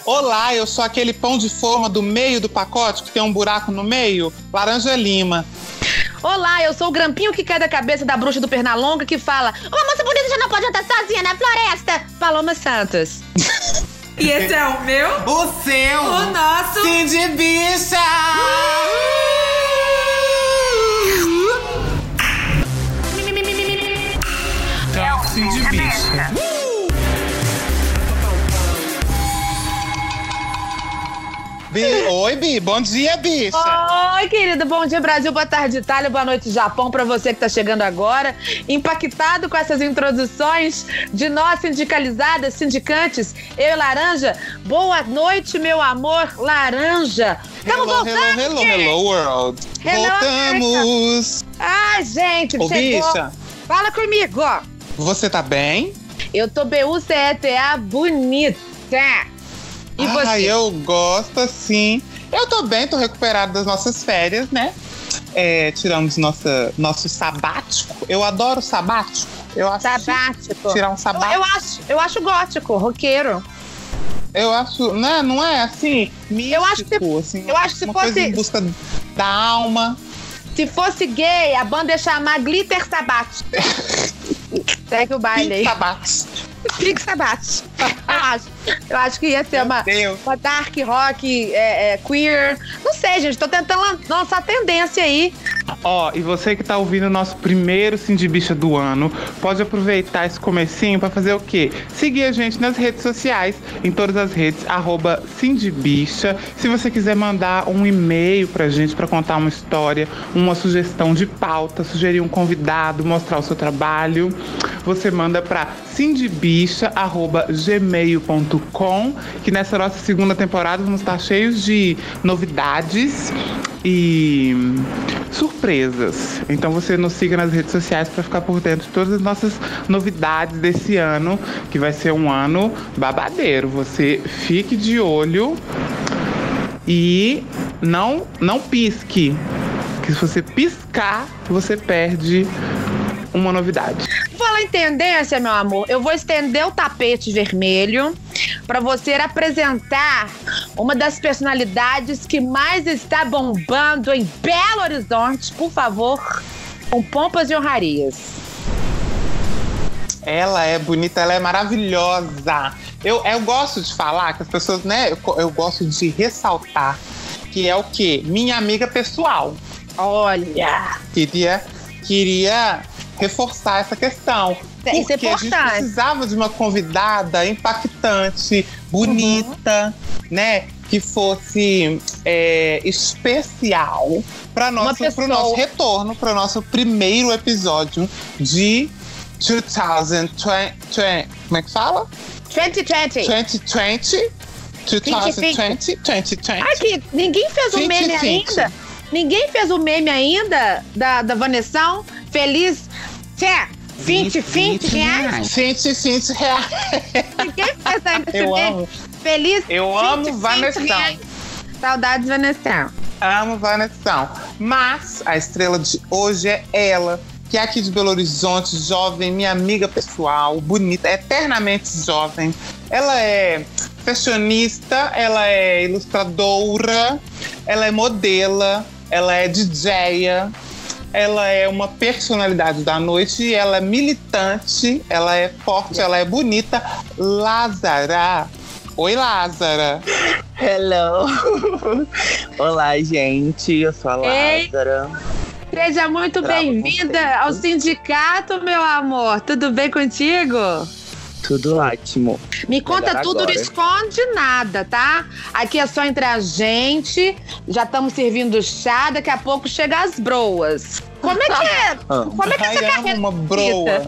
Olá, eu sou aquele pão de forma do meio do pacote que tem um buraco no meio, Laranja Lima. Olá, eu sou o grampinho que cai da cabeça da bruxa do Pernalonga que fala: uma moça bonita já não pode andar sozinha na floresta. Paloma Santos. E esse é o meu? O seu! O nosso! Cindy Bicha! É o Cindy Bicha. Oi, Bi. Bom dia, bicha. Oi, querido. Bom dia, Brasil. Boa tarde, Itália. Boa noite, Japão. Pra você que tá chegando agora. Impactado com essas introduções de nós sindicalizadas, sindicantes, eu e Laranja. Boa noite, meu amor, Laranja. Estamos voltando. Hello, world. Hello, voltamos. Ai, gente, Ô, chegou. bicha. Fala comigo. Você tá bem? Eu tô BUCETA bonita. E você? Eu gosto, assim. Eu tô bem, tô recuperada das nossas férias, né? Tiramos nosso sabático. Eu adoro sabático. Eu acho sabático. Tirar um sabático. Eu acho gótico, roqueiro. Eu acho, né? Não é assim? Místico, eu acho que se uma fosse coisa em busca da alma. Se fosse gay, a banda ia chamar Glitter Sabático. Segue o baile aí. Pink Sabático. Eu acho que ia ser uma dark rock queer. Não sei, gente. Tô tentando lançar tendência aí. E você que tá ouvindo o nosso primeiro Cindy Bicha do ano, pode aproveitar esse comecinho pra fazer o quê? Seguir a gente nas redes sociais, em todas as redes, @CindyBicha. Se você quiser mandar um e-mail pra gente pra contar uma história, uma sugestão de pauta, sugerir um convidado, mostrar o seu trabalho, você manda pra cindybicha@gmail.com, que nessa nossa segunda temporada vamos estar cheios de novidades e surpresas. Então você nos siga nas redes sociais para ficar por dentro de todas as nossas novidades desse ano, que vai ser um ano babadeiro. Você fique de olho e não pisque, que se você piscar, você perde uma novidade. Falar em tendência, meu amor, eu vou estender o tapete vermelho para você apresentar uma das personalidades que mais está bombando em Belo Horizonte, por favor, com pompas e honrarias. Ela é bonita, ela é maravilhosa. Eu gosto de falar que as pessoas, né, eu gosto de ressaltar que é o quê? Minha amiga pessoal. Olha! Queria reforçar essa questão. Isso é porque a gente precisava de uma convidada impactante, bonita, né? Que fosse especial para nosso retorno, para o nosso primeiro episódio de 2020. Como é que fala? 2020. 2020. Aqui, ninguém fez o meme ainda. Ninguém fez o meme ainda da Vanessão? Feliz 20 reais? 20 reais. Ninguém fez ainda esse meme. Feliz Eu amo Vanessão. Saudades, Vanessão. Amo Vanessão. Mas a estrela de hoje é ela, que é aqui de Belo Horizonte, jovem, minha amiga pessoal, bonita, eternamente jovem. Ela é fashionista, ela é ilustradora, ela é modelo, ela é DJa, ela é uma personalidade da noite, ela é militante, ela é forte, ela é bonita. Lázara. Oi, Lázara. Hello. Olá, gente. Eu sou a Lázara. Seja muito bem-vinda ao sindicato, meu amor. Tudo bem contigo? Tudo ótimo. Me conta tudo, agora. Não esconde nada, tá? Aqui é só entre a gente. Já estamos servindo chá, daqui a pouco chega as broas. Como é que é? Como é que essa carreira uma broa.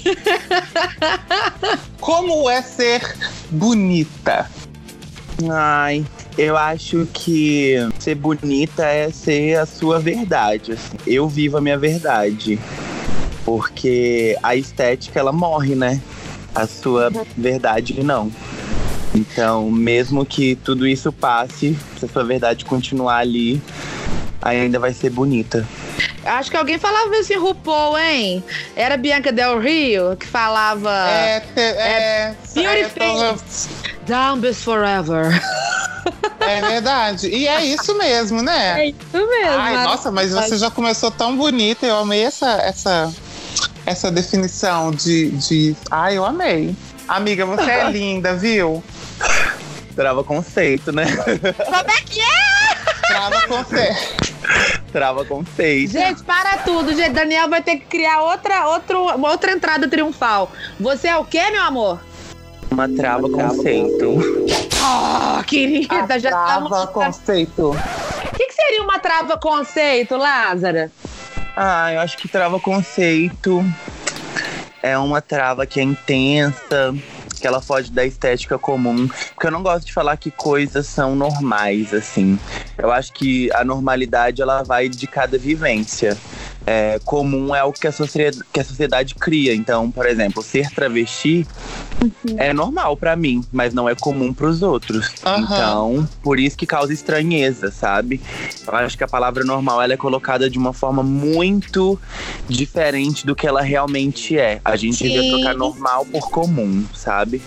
Como é ser bonita? Ai, eu acho que ser bonita é ser a sua verdade. Assim. Eu vivo a minha verdade. Porque a estética, ela morre, né? A sua verdade não. Então, mesmo que tudo isso passe, se a sua verdade continuar ali, ainda vai ser bonita. Acho que alguém falava isso em RuPaul, hein? Era Bianca Del Rio que falava... Beauty Zombies forever. É verdade. E é isso mesmo, né? É isso mesmo. Ai, nossa, mas você já começou tão bonita. Eu amei essa definição de... Ai, eu amei. Amiga, você é linda, viu? Trava conceito, né? Como é que é? Trava conceito. Trava conceito. Gente, para tudo. Gente, Daniel vai ter que criar outra entrada triunfal. Você é o quê, meu amor? Uma trava conceito. Oh, querida, já trava conceito. O que seria uma trava conceito, Lázara? Eu acho que trava conceito é uma trava que é intensa, que ela foge da estética comum. Porque eu não gosto de falar que coisas são normais, assim. Eu acho que a normalidade, ela vai de cada vivência. Comum é o que a sociedade cria. Então, por exemplo, ser travesti é normal pra mim, mas não é comum pros outros. Então, por isso que causa estranheza, sabe? Eu acho que a palavra normal, ela é colocada de uma forma muito diferente do que ela realmente é. A gente devia trocar normal por comum, sabe?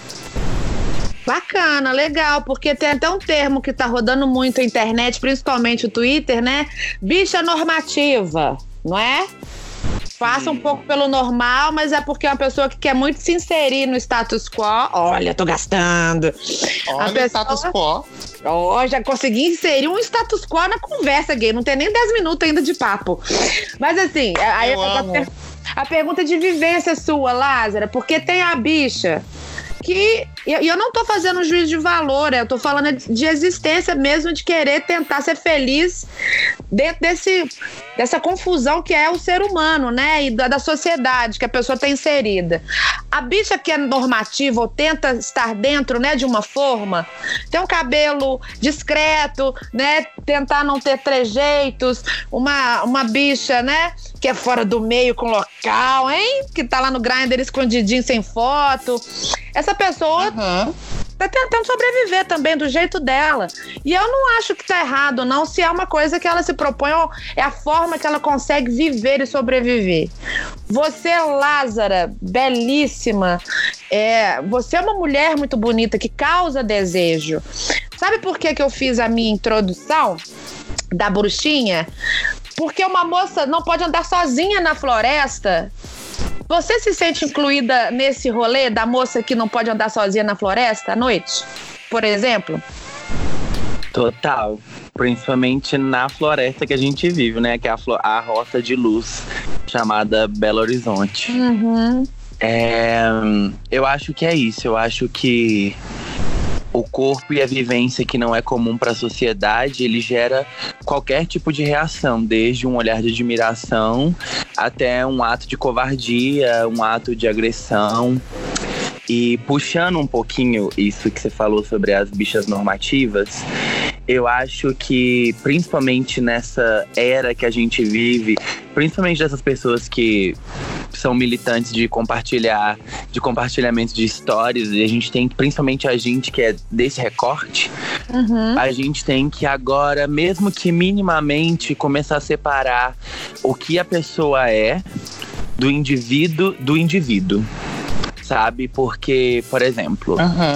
Bacana, legal, porque tem até um termo que tá rodando muito na internet, principalmente o Twitter, né? Bicha normativa, não é? Passa um pouco pelo normal, mas é porque é uma pessoa que quer muito se inserir no status quo. Olha, tô gastando. Olha o status quo. Já consegui inserir um status quo na conversa gay. Não tem nem 10 minutos ainda de papo. Mas assim, aí a pergunta de vivência sua, Lázara, porque tem a bicha que... E eu não tô fazendo um juízo de valor, eu tô falando de existência mesmo, de querer tentar ser feliz dentro dessa confusão que é o ser humano, né? E da sociedade que a pessoa tá inserida. A bicha que é normativa ou tenta estar dentro, né, de uma forma, tem um cabelo discreto, né? Tentar não ter trejeitos, uma bicha, né, que é fora do meio com local, hein? Que tá lá no Grindr escondidinho, sem foto. Essa pessoa tá tentando sobreviver também, do jeito dela. E eu não acho que tá errado, não, se é uma coisa que ela se propõe, é a forma que ela consegue viver e sobreviver. Você, Lázara, belíssima, você é uma mulher muito bonita, que causa desejo. Sabe por que eu fiz a minha introdução da bruxinha? Porque uma moça não pode andar sozinha na floresta. Você se sente incluída nesse rolê da moça que não pode andar sozinha na floresta à noite, por exemplo? Total. Principalmente na floresta que a gente vive, né? Que é a roça de luz, chamada Belo Horizonte. Eu acho que é isso. Eu acho que o corpo e a vivência que não é comum para a sociedade, ele gera qualquer tipo de reação, desde um olhar de admiração até um ato de covardia, um ato de agressão. E puxando um pouquinho isso que você falou sobre as bichas normativas, eu acho que principalmente nessa era que a gente vive, principalmente dessas pessoas que são militantes de compartilhamento de histórias, e a gente tem, principalmente a gente que é desse recorte, a gente tem que agora, mesmo que minimamente, começar a separar o que a pessoa é do indivíduo. Sabe? Porque, por exemplo,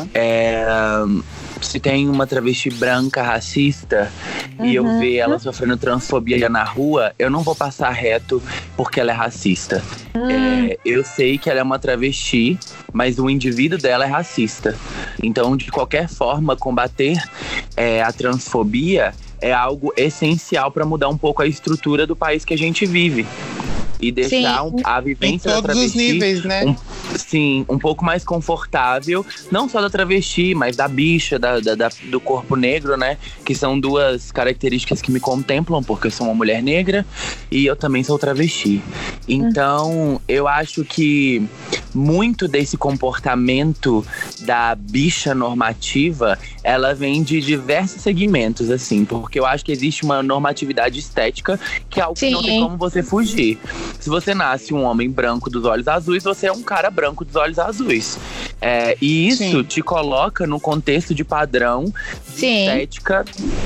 se tem uma travesti branca racista e eu ver ela sofrendo transfobia na rua, eu não vou passar reto porque ela é racista. Eu sei que ela é uma travesti, mas o indivíduo dela é racista. Então, de qualquer forma, combater a transfobia é algo essencial para mudar um pouco a estrutura do país que a gente vive. E deixar a vivência da travesti, em todos os níveis, né? Um pouco mais confortável, não só da travesti, mas da bicha, do corpo negro, né? Que são duas características que me contemplam, porque eu sou uma mulher negra e eu também sou travesti. Então, eu acho que muito desse comportamento da bicha normativa, ela vem de diversos segmentos, assim, porque eu acho que existe uma normatividade estética que é algo que não tem como você fugir. Se você nasce um homem branco dos olhos azuis, você é um cara branco dos olhos azuis. E isso te coloca no contexto de padrão de estética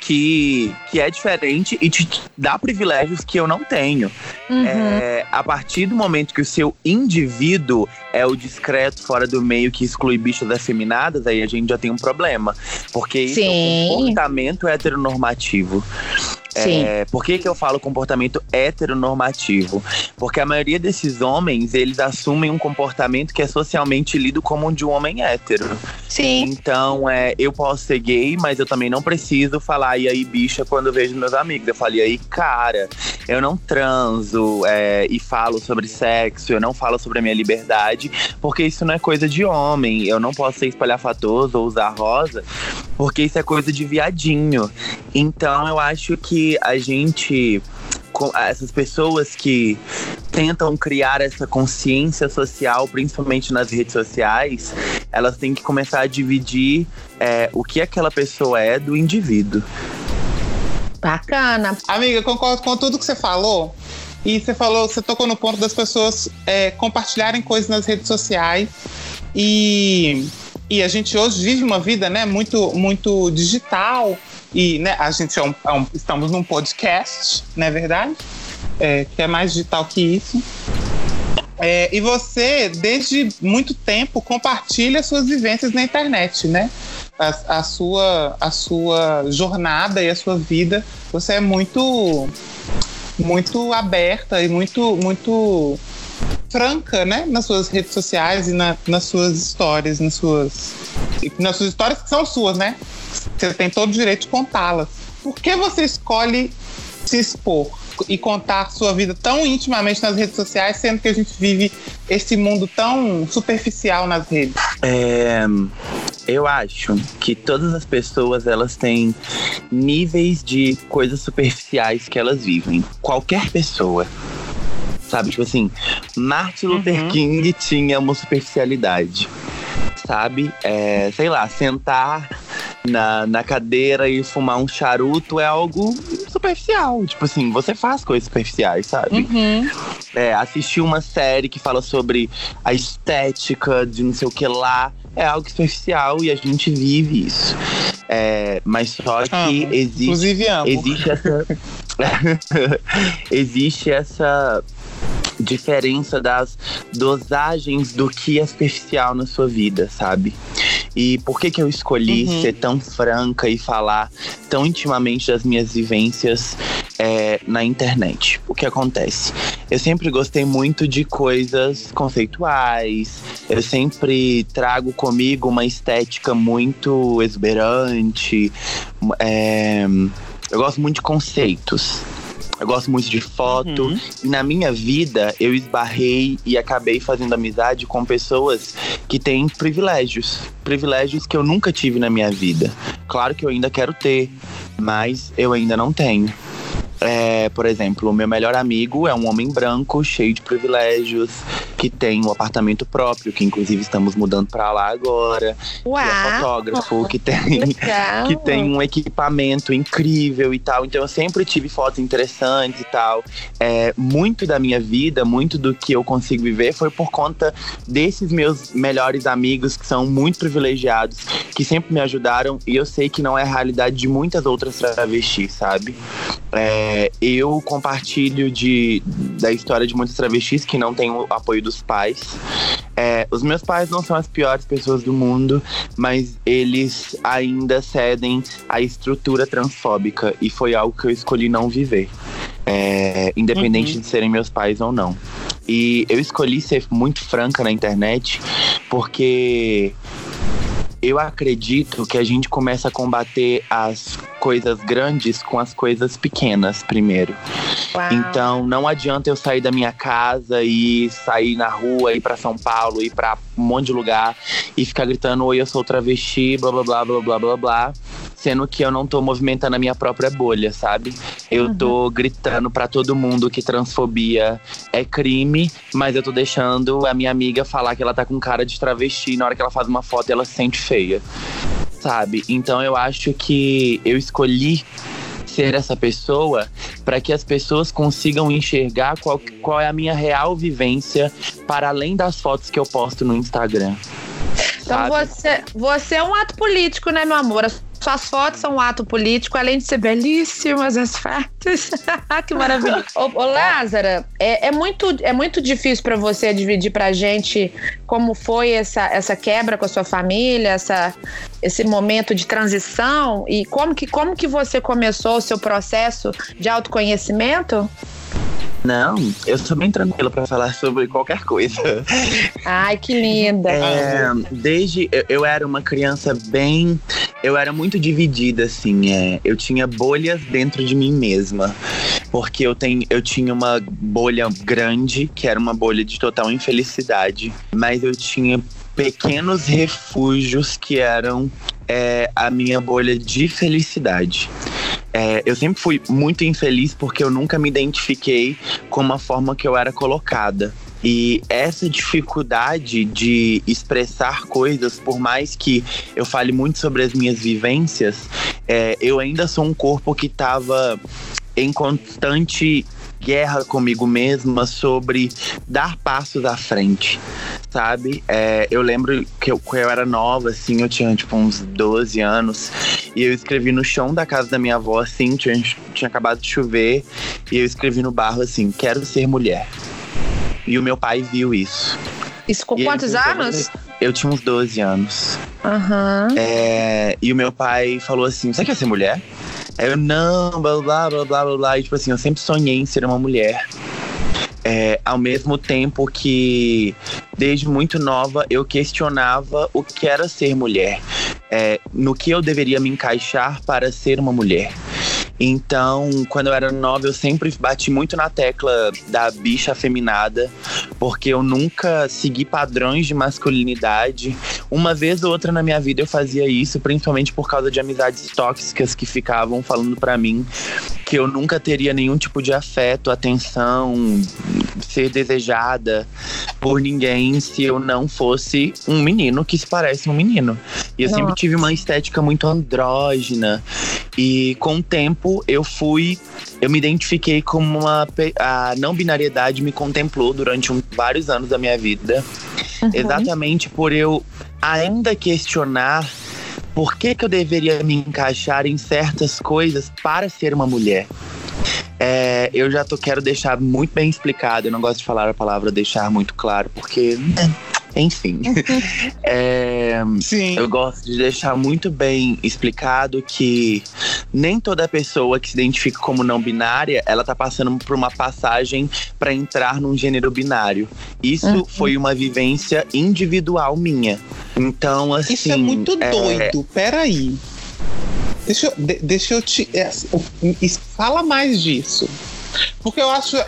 que é diferente e te dá privilégios que eu não tenho. A partir do momento que o seu indivíduo é o discreto, fora do meio, que exclui bichas afeminadas, aí a gente já tem um problema. Porque isso é um comportamento heteronormativo. Por que eu falo comportamento heteronormativo? Porque a maioria desses homens, eles assumem um comportamento que é socialmente lido como um de um homem hétero. Sim. Então, eu posso ser gay, mas eu também não preciso falar e aí, bicha, quando eu vejo meus amigos. Eu falo, e aí, cara, eu não transo e falo sobre sexo, eu não falo sobre a minha liberdade, porque isso não é coisa de homem. Eu não posso ser espalhafatoso ou usar rosa, porque isso é coisa de viadinho. Então, eu acho que a gente, essas pessoas que tentam criar essa consciência social, principalmente nas redes sociais, elas têm que começar a dividir o que aquela pessoa é do indivíduo. Bacana. Amiga, concordo com tudo que você falou. E você tocou no ponto das pessoas compartilharem coisas nas redes sociais. E a gente hoje vive uma vida, né, muito, muito digital. E, né, a gente estamos num podcast, não é verdade? Que é mais digital que isso. E você, desde muito tempo, compartilha suas vivências na internet, né? A sua jornada e a sua vida. Você é muito, muito aberta e muito franca, né? Nas suas redes sociais e nas suas histórias, nas suas histórias que são suas, né? Você tem todo o direito de contá-las. Por que você escolhe se expor e contar sua vida tão intimamente nas redes sociais, sendo que a gente vive esse mundo tão superficial nas redes? Eu acho que todas as pessoas, elas têm níveis de coisas superficiais que elas vivem. Qualquer pessoa. Sabe, tipo assim, Martin Luther King tinha uma superficialidade. Sabe? Sei lá, sentar na cadeira e fumar um charuto é algo superficial. Tipo assim, você faz coisas superficiais, sabe? Assistir uma série que fala sobre a estética de não sei o que lá é algo superficial e a gente vive isso. Mas só que existe essa diferença das dosagens do que é superficial na sua vida, sabe? E por que eu escolhi ser tão franca e falar tão intimamente das minhas vivências na internet? O que acontece? Eu sempre gostei muito de coisas conceituais, eu sempre trago comigo uma estética muito exuberante, eu gosto muito de conceitos. Eu gosto muito de foto. E na minha vida, eu esbarrei e acabei fazendo amizade com pessoas que têm privilégios. Privilégios que eu nunca tive na minha vida. Claro que eu ainda quero ter, mas eu ainda não tenho. Por exemplo, o meu melhor amigo é um homem branco, cheio de privilégios, que tem um apartamento próprio, que inclusive estamos mudando pra lá agora. Uau. Que é fotógrafo, que tem um equipamento incrível e tal. Então eu sempre tive fotos interessantes e tal. Muito da minha vida, muito do que eu consigo viver foi por conta desses meus melhores amigos, que são muito privilegiados, que sempre me ajudaram. E eu sei que não é a realidade de muitas outras travestis, sabe? Eu compartilho da história de muitas travestis que não têm o apoio dos pais. Os meus pais não são as piores pessoas do mundo, mas eles ainda cedem à estrutura transfóbica, e foi algo que eu escolhi não viver, independente de serem meus pais ou não. E eu escolhi ser muito franca na internet porque eu acredito que a gente começa a combater as coisas grandes com as coisas pequenas primeiro. Uau. Então não adianta eu sair da minha casa e sair na rua, ir pra São Paulo, ir pra um monte de lugar e ficar gritando: oi, eu sou travesti, blá blá blá blá blá blá blá, sendo que eu não tô movimentando a minha própria bolha, sabe? Eu tô gritando pra todo mundo que transfobia é crime, mas eu tô deixando a minha amiga falar que ela tá com cara de travesti, na hora que ela faz uma foto ela se sente feia, sabe? Então eu acho que eu escolhi ser essa pessoa para que as pessoas consigam enxergar qual é a minha real vivência para além das fotos que eu posto no Instagram. Então você é um ato político, né, meu amor? A Suas fotos são um ato político, além de ser belíssimas as fotos. Que maravilha. Ô, Lázara, é muito difícil para você dividir pra gente como foi essa quebra com a sua família, esse momento de transição e como que você começou o seu processo de autoconhecimento? Não, eu sou bem tranquila pra falar sobre qualquer coisa. Ai, que linda. Desde eu era uma criança eu era muito dividida, assim. Eu tinha bolhas dentro de mim mesma. Porque eu tinha uma bolha grande, que era uma bolha de total infelicidade. Mas eu tinha pequenos refúgios que eram a minha bolha de felicidade. Eu sempre fui muito infeliz porque eu nunca me identifiquei com a forma que eu era colocada. E essa dificuldade de expressar coisas, por mais que eu fale muito sobre as minhas vivências, eu ainda sou um corpo que estava em constante guerra comigo mesma sobre dar passos à frente, sabe? Eu lembro que eu era nova, assim, eu tinha tipo uns 12 anos e eu escrevi no chão da casa da minha avó, assim, tinha acabado de chover e eu escrevi no barro assim, quero ser mulher. E o meu pai viu isso. Isso com quantos anos? Eu tinha uns 12 anos. Uhum. E o meu pai falou assim, você quer ser mulher? Aí eu, não, blá, blá, blá, blá, blá, blá. E tipo assim, eu sempre sonhei em ser uma mulher. Ao mesmo tempo que, desde muito nova, eu questionava o que era ser mulher. No que eu deveria me encaixar para ser uma mulher. Então, quando eu era nova, eu sempre bati muito na tecla da bicha afeminada, porque eu nunca segui padrões de masculinidade. Uma vez ou outra na minha vida eu fazia isso, principalmente por causa de amizades tóxicas que ficavam falando pra mim que eu nunca teria nenhum tipo de afeto, atenção, ser desejada por ninguém se eu não fosse um menino que se parece um menino. E eu sempre tive uma estética muito andrógina. E com o tempo eu me identifiquei como a não binariedade me contemplou durante vários anos da minha vida. Uhum. Exatamente por eu ainda questionar por que eu deveria me encaixar em certas coisas para ser uma mulher. Eu já quero deixar muito bem explicado. Eu não gosto de falar a palavra deixar muito claro, porque... Enfim, Sim. Eu gosto de deixar muito bem explicado que nem toda pessoa que se identifica como não binária, ela tá passando por uma passagem para entrar num gênero binário. Isso foi uma vivência individual minha. Então, assim... Isso é muito doido, peraí. Deixa eu te... fala mais disso. Porque eu acho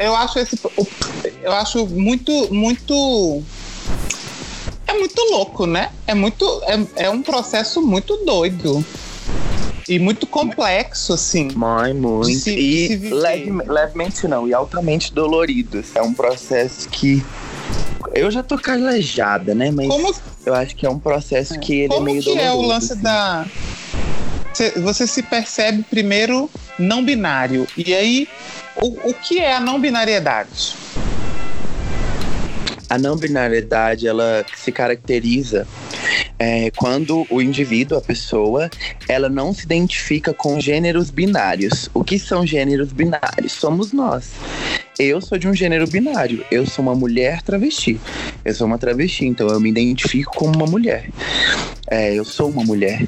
muito... É muito louco, né? É um processo muito doido. E muito complexo, assim. Muito. E levemente não, e altamente dolorido. É um processo que... Eu já tô calejada, né? Mas eu acho que é um processo que ele é meio doloroso. Como que é o lance assim. Da... Você se percebe primeiro não binário. E aí, o que é a não binariedade? A não binariedade, ela se caracteriza quando o indivíduo, a pessoa, ela não se identifica com gêneros binários. O que são gêneros binários? Somos nós. Eu sou de um gênero binário. Eu sou uma mulher travesti. Eu sou uma travesti, então eu me identifico como uma mulher. Eu sou uma mulher.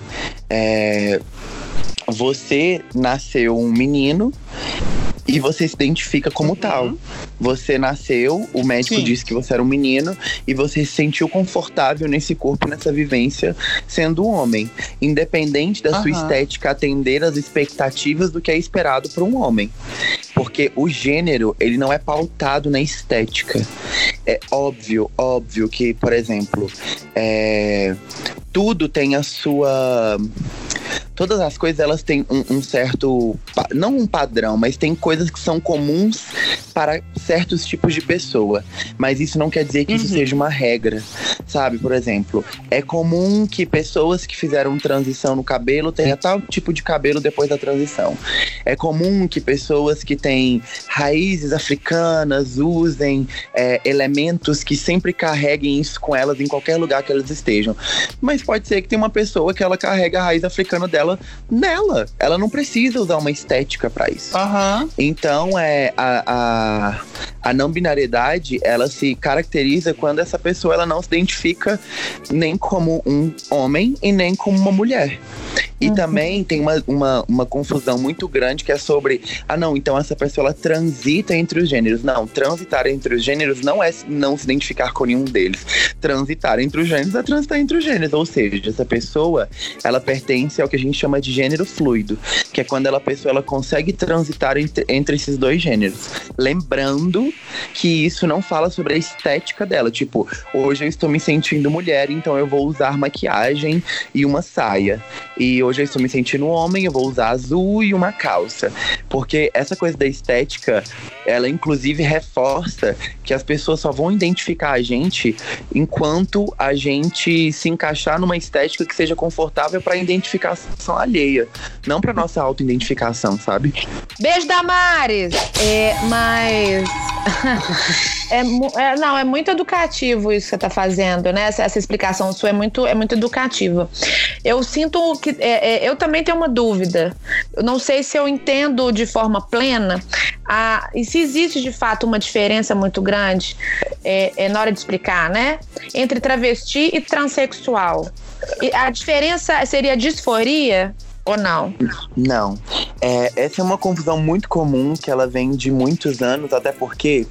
Você nasceu um menino e você se identifica como tal. Você nasceu, o médico disse que você era um menino e você se sentiu confortável nesse corpo, nessa vivência, sendo um homem. Independente da sua estética atender às expectativas do que é esperado por um homem. Porque o gênero, ele não é pautado na estética. É óbvio que, por exemplo, tudo tem a sua... Todas as coisas, elas têm um certo... Não um padrão, mas tem coisas que são comuns para certos tipos de pessoa. Mas isso não quer dizer que isso seja uma regra, sabe? Por exemplo, é comum que pessoas que fizeram transição no cabelo tenham tal tipo de cabelo depois da transição. É comum que pessoas que têm raízes africanas usem elementos que sempre carreguem isso com elas em qualquer lugar que elas estejam. Mas pode ser que tenha uma pessoa que ela carrega a raiz africana dela nela. Ela não precisa usar uma estética pra isso. Então, a não binariedade, ela se caracteriza quando essa pessoa ela não se identifica nem como um homem e nem como uma mulher. E também tem uma confusão muito grande que é sobre, não, então essa pessoa ela transita entre os gêneros. Não, transitar entre os gêneros não é não se identificar com nenhum deles. Transitar entre os gêneros é transitar entre os gêneros, ou seja, essa pessoa, ela pertence ao que a gente chama de gênero fluido, que é quando a pessoa ela consegue transitar entre esses dois gêneros. Lembrando que isso não fala sobre a estética dela, tipo, hoje eu estou me sentindo mulher, então eu vou usar maquiagem e uma saia. E hoje eu estou me sentindo homem, eu vou usar azul e uma calça. Porque essa coisa da estética, ela inclusive reforça que as pessoas só vão identificar a gente enquanto a gente se encaixar numa estética que seja confortável para identificação alheia, não para nossa auto-identificação, sabe? Beijo, Damares! Mas... não, é muito educativo isso que você tá fazendo, né? Essa explicação sua é muito educativa. Eu sinto que... eu também tenho uma dúvida. Eu não sei se eu entendo de forma plena e se existe de fato uma diferença muito grande na hora de explicar, né? Entre travesti e transexual. E a diferença seria disforia? Ou não? Não. Essa é uma confusão muito comum que ela vem de muitos anos, até porque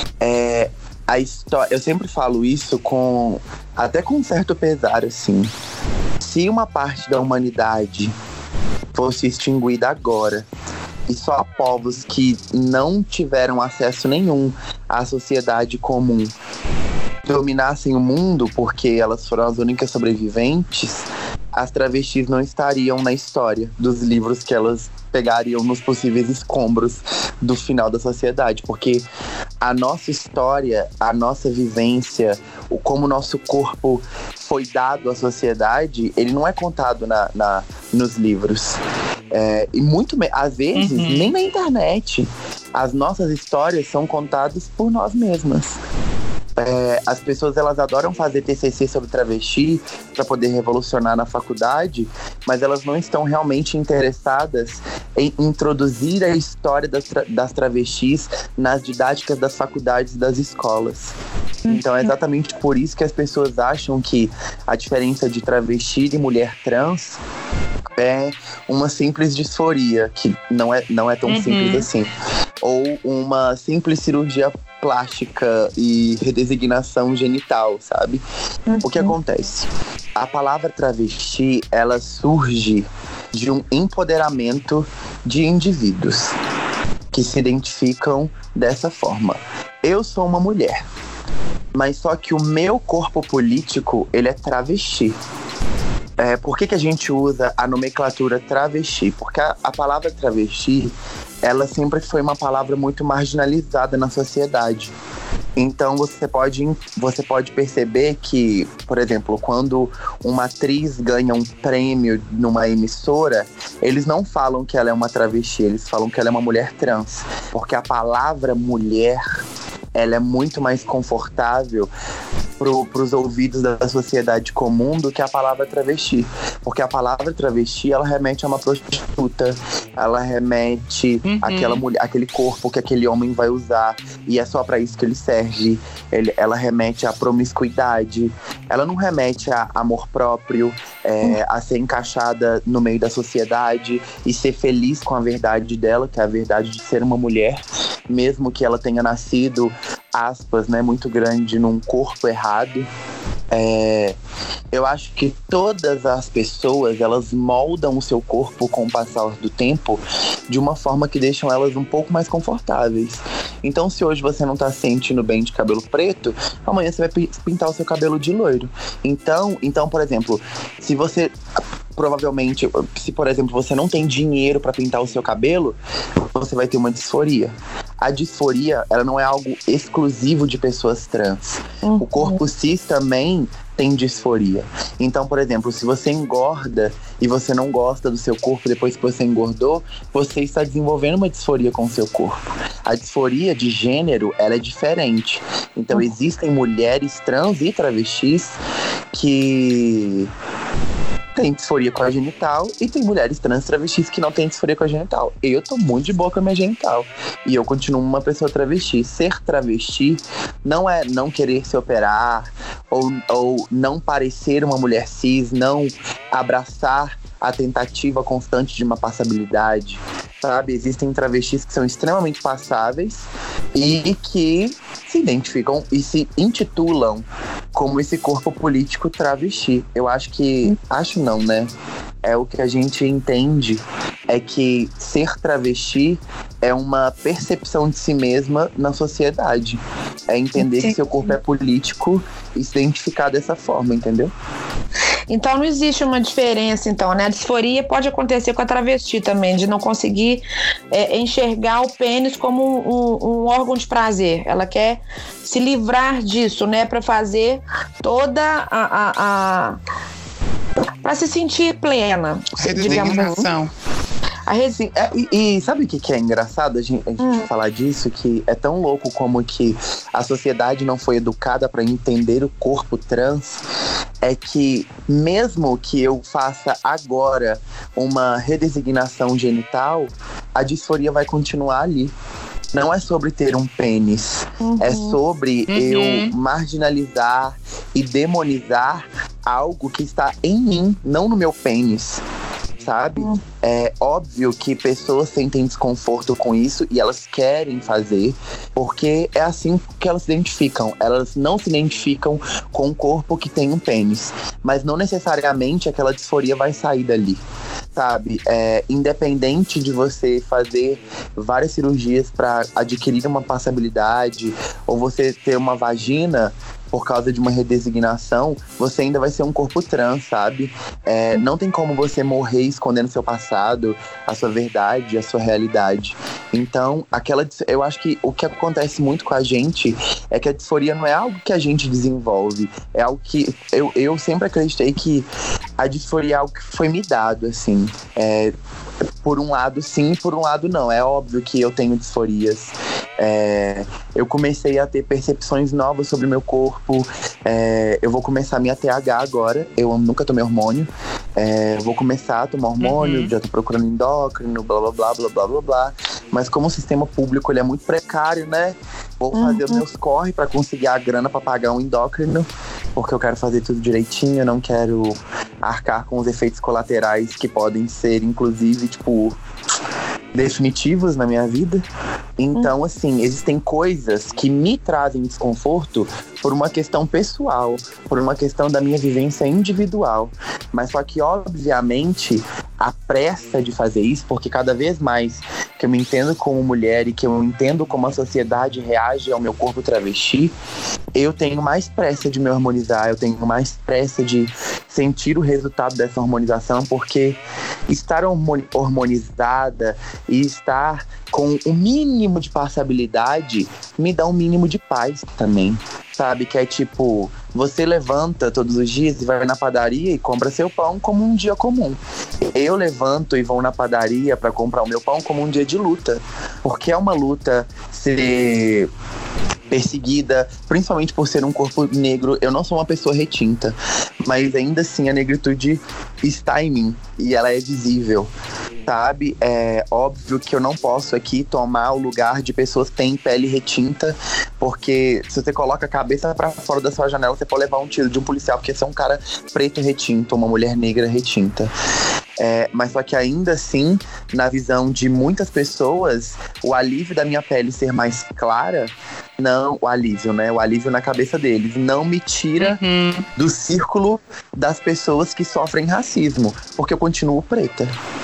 a história. Eu sempre falo isso até com um certo pesar, assim. Se uma parte da humanidade fosse extinguida agora e só povos que não tiveram acesso nenhum à sociedade comum dominassem o mundo porque elas foram as únicas sobreviventes, as travestis não estariam na história dos livros que elas pegariam nos possíveis escombros do final da sociedade, porque a nossa história, a nossa vivência, como o nosso corpo foi dado à sociedade, ele não é contado nos livros. E às vezes, nem na internet. As nossas histórias são contadas por nós mesmas. As pessoas elas adoram fazer TCC sobre travesti para poder revolucionar na faculdade, mas elas não estão realmente interessadas em introduzir a história das travestis nas didáticas das faculdades e das escolas. Então é exatamente por isso que as pessoas acham que a diferença de travesti e mulher trans é uma simples disforia, que não é tão simples assim. Ou uma simples cirurgia plástica e redesignação genital, sabe? O que acontece? A palavra travesti, ela surge de um empoderamento de indivíduos que se identificam dessa forma. Eu sou uma mulher, mas só que o meu corpo político, ele é travesti. Por que a gente usa a nomenclatura travesti? Porque a palavra travesti, ela sempre foi uma palavra muito marginalizada na sociedade. Então você pode perceber que, por exemplo, quando uma atriz ganha um prêmio numa emissora, eles não falam que ela é uma travesti, eles falam que ela é uma mulher trans. Porque a palavra mulher, ela é muito mais confortável para os ouvidos da sociedade comum do que a palavra travesti. Porque a palavra travesti, ela remete a uma prostituta, ela remete àquela mulher, aquele corpo que aquele homem vai usar, e é só para isso que ele serve. Ela remete à promiscuidade, ela não remete a amor próprio, a ser encaixada no meio da sociedade e ser feliz com a verdade dela, que é a verdade de ser uma mulher, mesmo que ela tenha nascido, aspas, né, muito grande, num corpo errado. Eu acho que todas as pessoas, elas moldam o seu corpo com o passar do tempo de uma forma que deixam elas um pouco mais confortáveis. Então, se hoje você não tá se sentindo bem de cabelo preto, amanhã você vai pintar o seu cabelo de loiro. Então, por exemplo, se você... Provavelmente, se por exemplo você não tem dinheiro para pintar o seu cabelo, você vai ter uma disforia. a disforia, ela não é algo exclusivo de pessoas trans. O corpo cis também tem disforia. Então, por exemplo, se você engorda e você não gosta do seu corpo depois que você engordou, você está desenvolvendo uma disforia com o seu corpo. A disforia de gênero, ela é diferente. Então, existem mulheres trans e travestis que tem disforia com a genital e tem mulheres trans travestis que não têm disforia com a genital. Eu tô muito de boa com a minha genital e eu continuo uma pessoa travesti. Ser travesti não é não querer se operar ou não parecer uma mulher cis, não abraçar a tentativa constante de uma passabilidade, sabe? Existem travestis que são extremamente passáveis e que se identificam e se intitulam como esse corpo político travesti. Eu acho que... Acho não, né? É o que a gente entende, é que ser travesti é uma percepção de si mesma na sociedade. É entender que seu corpo é político e se identificar dessa forma, entendeu? Então não existe uma diferença, então, né? A disforia pode acontecer com a travesti também, de não conseguir enxergar o pênis como um órgão de prazer. Ela quer se livrar disso, né? Para fazer toda para se sentir plena. Redesignação. E sabe o que é engraçado a gente falar disso? Que é tão louco como que a sociedade não foi educada para entender o corpo trans. É que mesmo que eu faça agora uma redesignação genital, a disforia vai continuar ali. Não é sobre ter um pênis, é sobre eu marginalizar e demonizar algo que está em mim, não no meu pênis. Sabe? É óbvio que pessoas sentem desconforto com isso e elas querem fazer, porque é assim que elas se identificam. Elas não se identificam com um corpo que tem um pênis, mas não necessariamente aquela disforia vai sair dali, sabe? Independente de você fazer várias cirurgias para adquirir uma passabilidade ou você ter uma vagina por causa de uma redesignação, você ainda vai ser um corpo trans, sabe? Não tem como você morrer escondendo seu passado, a sua verdade, a sua realidade. Então, eu acho que o que acontece muito com a gente é que a disforia não é algo que a gente desenvolve, é algo que eu sempre acreditei que a disforia é algo que foi me dado, assim. Por um lado sim, por um lado não. É óbvio que eu tenho disforias. Eu comecei a ter percepções novas sobre o meu corpo. Eu vou começar a minha TH agora. Eu nunca tomei hormônio. Vou começar a tomar hormônio, já tô procurando endócrino, blá blá blá blá blá blá blá. Mas como o sistema público ele é muito precário, né? Vou fazer os meus corre pra conseguir a grana pra pagar um endócrino, porque eu quero fazer tudo direitinho, eu não quero arcar com os efeitos colaterais que podem ser, inclusive, tipo, definitivos na minha vida. Então, assim, existem coisas que me trazem desconforto por uma questão pessoal, por uma questão da minha vivência individual. Mas só que, obviamente, a pressa de fazer isso, porque cada vez mais que eu me entendo como mulher e que eu entendo como a sociedade reage ao meu corpo travesti, eu tenho mais pressa de me harmonizar, eu tenho mais pressa de sentir o resultado dessa harmonização, porque estar hormonizada e estar com o mínimo de passabilidade me dá um mínimo de paz também, sabe? Que é tipo, você levanta todos os dias e vai na padaria e compra seu pão como um dia comum. Eu levanto e vou na padaria para comprar o meu pão como um dia de luta, porque é uma luta ser perseguida, principalmente por ser um corpo negro. Eu não sou uma pessoa retinta, mas ainda assim a negritude está em mim e ela é visível, sabe? É óbvio que eu não posso aqui tomar o lugar de pessoas que têm pele retinta, porque se você coloca a cabeça pra fora da sua janela, você pode levar um tiro de um policial, porque você é um cara preto retinto, uma mulher negra retinta. Mas só que ainda assim, na visão de muitas pessoas, o alívio da minha pele ser mais clara, não, o alívio, né? O alívio na cabeça deles não me tira do círculo das pessoas que sofrem racismo, porque eu continuo preta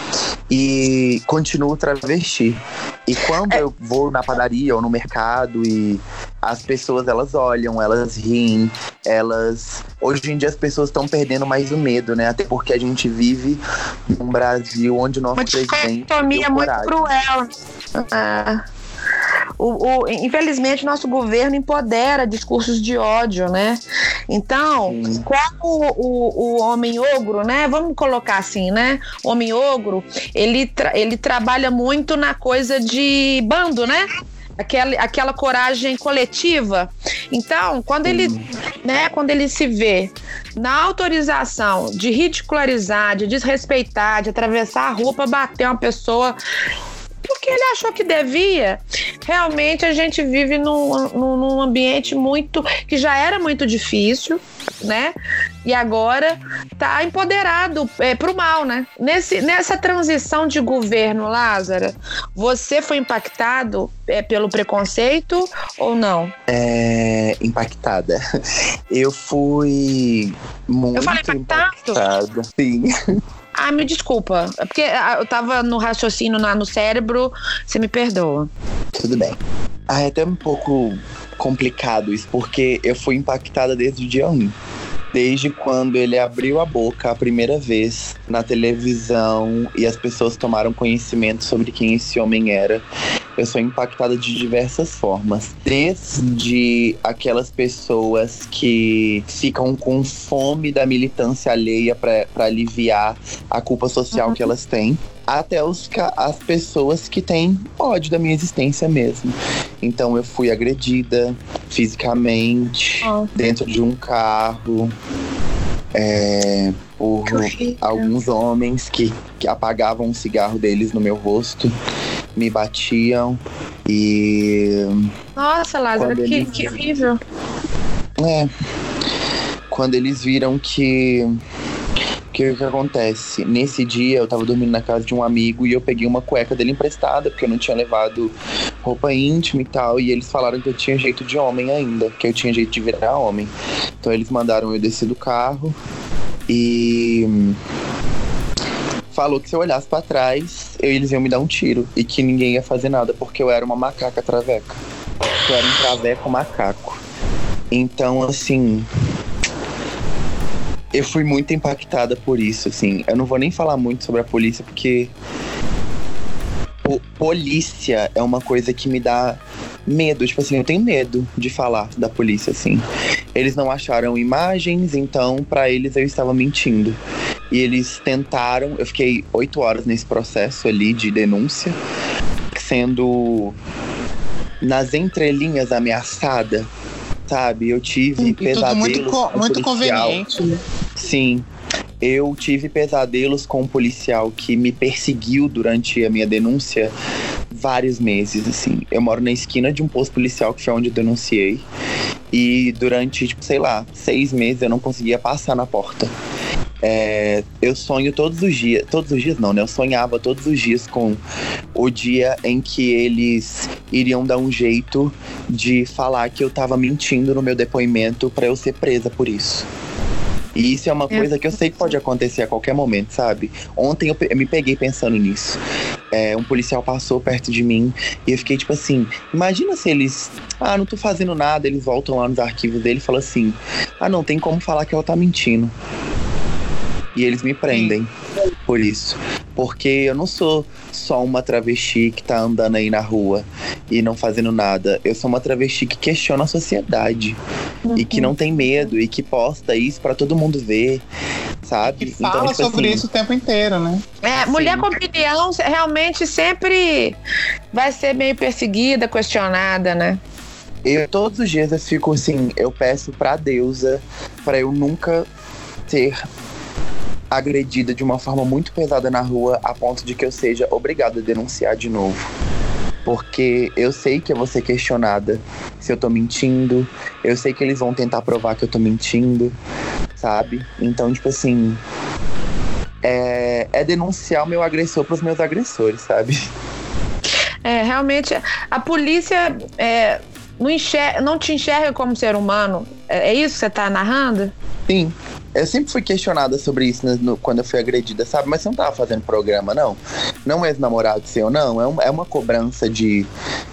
e continuo travesti. E quando eu vou na padaria ou no mercado e as pessoas, elas olham, elas riem, hoje em dia as pessoas estão perdendo mais o medo, né? Até porque a gente vive num Brasil onde o nosso presidente deu coragem. Muito cruel. Infelizmente, nosso governo empodera discursos de ódio, né? Então, como o homem ogro, né? Vamos colocar assim, né? O homem ogro, ele trabalha muito na coisa de bando, né? Aquela coragem coletiva. Então, quando ele se vê na autorização de ridicularizar, de desrespeitar, de atravessar a rua para bater uma pessoa porque ele achou que devia, realmente a gente vive num ambiente que já era muito difícil, né? E agora tá empoderado pro mal, né? Nessa transição de governo, Lázara, você foi impactado pelo preconceito ou não? Impactada. Eu fui muito impactada. Sim. Ah, me desculpa. É porque eu tava no raciocínio no cérebro. Você me perdoa. Tudo bem. É até um pouco complicado isso, porque eu fui impactada desde o dia 1. Desde quando ele abriu a boca a primeira vez na televisão e as pessoas tomaram conhecimento sobre quem esse homem era, eu sou impactada de diversas formas. Desde aquelas pessoas que ficam com fome da militância alheia para aliviar a culpa social que elas têm, até as pessoas que têm ódio da minha existência mesmo. Então eu fui agredida fisicamente dentro de um carro por alguns homens que apagavam um cigarro deles no meu rosto, me batiam e... Nossa, Lázaro, que horrível. Quando eles viram que o que acontece? Nesse dia eu tava dormindo na casa de um amigo e eu peguei uma cueca dele emprestada, porque eu não tinha levado roupa íntima e tal, e eles falaram que eu tinha jeito de homem ainda, que eu tinha jeito de virar homem. Então eles mandaram eu descer do carro e falou que se eu olhasse pra trás, eles iam me dar um tiro e que ninguém ia fazer nada, porque eu era uma macaca traveca. Eu era um traveco macaco. Então, assim, eu fui muito impactada por isso, assim. Eu não vou nem falar muito sobre a polícia, porque polícia é uma coisa que me dá medo. Tipo assim, eu tenho medo de falar da polícia, assim. Eles não acharam imagens, então pra eles eu estava mentindo. E eles tentaram, eu fiquei 8 horas nesse processo ali de denúncia, sendo nas entrelinhas ameaçada, sabe? Eu tive pesadelos muito conveniente, né? Sim, eu tive pesadelos com um policial que me perseguiu durante a minha denúncia vários meses, assim. Eu moro na esquina de um posto policial, que foi onde eu denunciei, e durante, 6 meses eu não conseguia passar na porta. Eu sonho todos os dias não, né? Eu sonhava todos os dias com o dia em que eles iriam dar um jeito de falar que eu tava mentindo no meu depoimento pra eu ser presa por isso. E isso é uma coisa que eu sei que pode acontecer a qualquer momento, sabe? Ontem eu me peguei pensando nisso. Um policial passou perto de mim e eu fiquei tipo assim, imagina se eles... não tô fazendo nada, eles voltam lá nos arquivos dele e falam assim, não tem como falar que ela tá mentindo. E eles me prendem por isso. Porque eu não sou só uma travesti que tá andando aí na rua e não fazendo nada. Eu sou uma travesti que questiona a sociedade. E que não tem medo. E que posta isso pra todo mundo ver. Sabe? Que fala sobre isso o tempo inteiro, né? Mulher com opinião realmente sempre vai ser meio perseguida, questionada, né? Todos os dias eu fico assim, eu peço pra deusa pra eu nunca ser agredida de uma forma muito pesada na rua, a ponto de que eu seja obrigada a denunciar de novo. Porque eu sei que eu vou ser questionada se eu tô mentindo, eu sei que eles vão tentar provar que eu tô mentindo, sabe? Então, tipo assim, é denunciar o meu agressor pros meus agressores, sabe? Realmente, a polícia não te enxerga como ser humano. É isso que você tá narrando? Sim. Eu sempre fui questionada sobre isso quando eu fui agredida, sabe? Mas você não tava fazendo programa, não? Não é ex-namorado seu, não? É uma cobrança de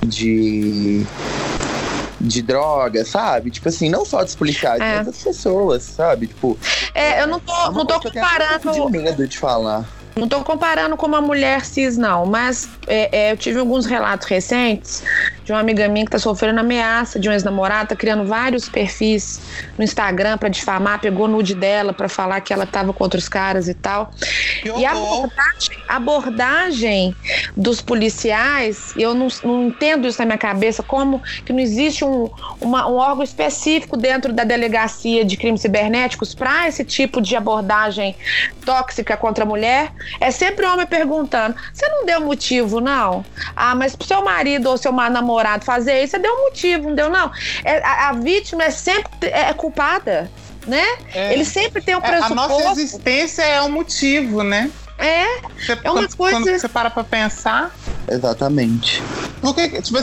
droga, sabe? Tipo assim, não só dos policiais, mas das pessoas, sabe? Tipo, eu não tô comparando... Eu tenho medo de falar. Não tô comparando com uma mulher cis, não, mas eu tive alguns relatos recentes de uma amiga minha que tá sofrendo ameaça de um ex-namorado, tá criando vários perfis no Instagram pra difamar, pegou nude dela pra falar que ela tava com outros caras e tal. E a abordagem dos policiais, eu não entendo isso na minha cabeça, como que não existe um órgão específico dentro da delegacia de crimes cibernéticos para esse tipo de abordagem tóxica contra a mulher. É sempre o homem perguntando, você não deu motivo, não? Ah, mas pro seu marido ou seu namorado fazer isso, você deu um motivo, não deu, não? A vítima é sempre culpada, né? Ele sempre tem um pressuposto. A nossa existência é um motivo, né? É uma coisa... Quando você para pra pensar... Exatamente. Por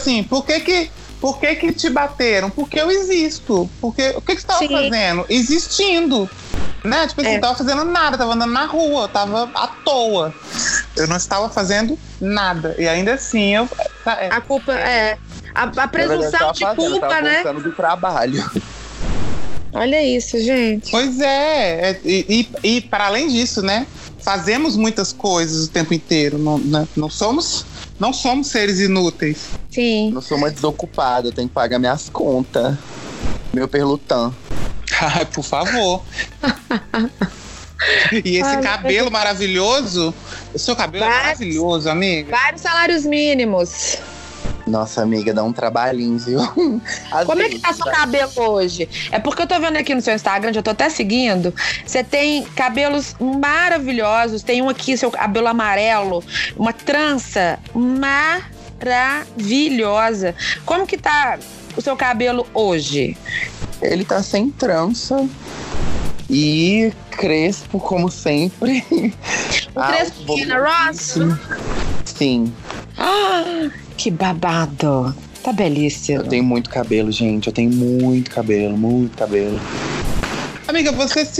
que te bateram? Porque eu existo. Porque o que você estava fazendo? Existindo. Né? Tipo assim, tava fazendo nada, tava andando na rua, tava à toa. Eu não estava fazendo nada. E ainda assim, a culpa a presunção de culpa, né? Do trabalho. Olha isso, gente. Pois é. E para além disso, né? Fazemos muitas coisas o tempo inteiro. Não somos seres inúteis. Sim. Não sou uma desocupada, eu tenho que pagar minhas contas. Meu perlutã. Ai, por favor. E esse cabelo maravilhoso. O seu cabelo é maravilhoso, amiga. Vários salários mínimos. Nossa, amiga, dá um trabalhinho, viu? Como é que tá seu cabelo hoje? É porque eu tô vendo aqui no seu Instagram, já tô até seguindo. Você tem cabelos maravilhosos. Tem um aqui, seu cabelo amarelo. Uma trança maravilhosa. Como que tá o seu cabelo hoje? Ele tá sem trança. E crespo, como sempre. Um crespo Diana Ross? Sim. Que babado. Tá belíssimo. Eu tenho muito cabelo, gente. Eu tenho muito cabelo, muito cabelo. Amiga,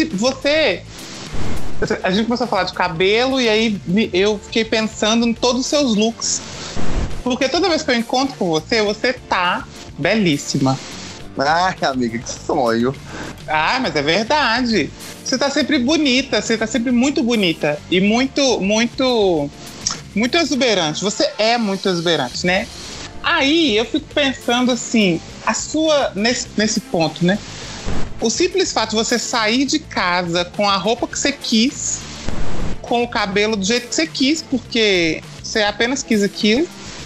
a gente começou a falar de cabelo e aí eu fiquei pensando em todos os seus looks. Porque toda vez que eu encontro com você tá belíssima. Ai, amiga, que sonho. Ah, mas é verdade. Você tá sempre bonita, você tá sempre muito bonita. E muito, muito, muito exuberante. Você é muito exuberante, né? Aí eu fico pensando assim, nesse ponto, né? O simples fato de você sair de casa com a roupa que você quis, com o cabelo do jeito que você quis, porque você apenas quis aquilo,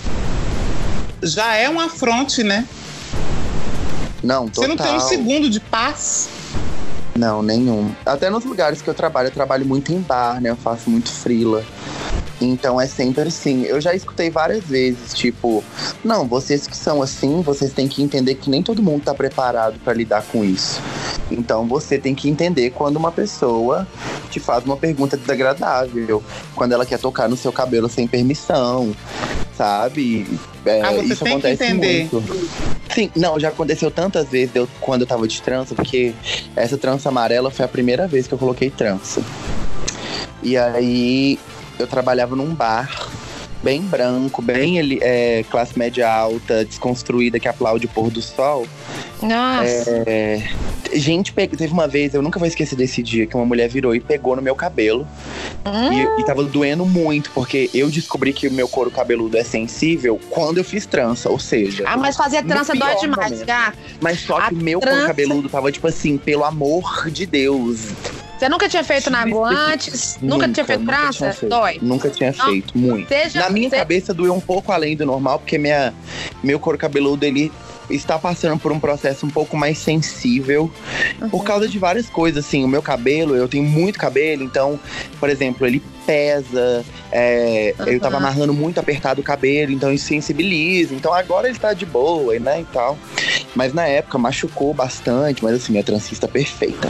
já é um afronte, né? Não, total. Você não tem um segundo de paz? Não, nenhum. Até nos lugares que eu trabalho muito em bar, né? Eu faço muito freela. Então é sempre assim. Eu já escutei várias vezes, tipo, não, vocês que são assim, vocês têm que entender que nem todo mundo tá preparado pra lidar com isso. Então você tem que entender quando uma pessoa te faz uma pergunta desagradável, quando ela quer tocar no seu cabelo sem permissão, sabe? Você isso tem acontece que entender. muito. Sim, não, já aconteceu tantas vezes quando eu tava de trança, porque essa trança amarela foi a primeira vez que eu coloquei trança. E aí eu trabalhava num bar bem branco, bem classe média alta, desconstruída, que aplaude o pôr do sol. Nossa. Gente, teve uma vez, eu nunca vou esquecer desse dia, que uma mulher virou e pegou no meu cabelo. E tava doendo muito, porque eu descobri que o meu couro cabeludo é sensível quando eu fiz trança, ou seja... mas fazer trança dói demais, gato. Mas só que o meu couro cabeludo tava tipo assim, pelo amor de Deus... Você nunca tinha feito nago antes? Nunca tinha feito trança? Dói? Nunca tinha feito, muito. Na minha cabeça doeu um pouco além do normal, porque meu couro cabeludo, ele está passando por um processo um pouco mais sensível, por causa de várias coisas, assim. O meu cabelo, eu tenho muito cabelo, então, por exemplo, ele pesa, eu tava amarrando muito apertado o cabelo, então isso sensibiliza. Então agora ele tá de boa, né, e tal. Mas na época machucou bastante, mas assim, minha transista perfeita.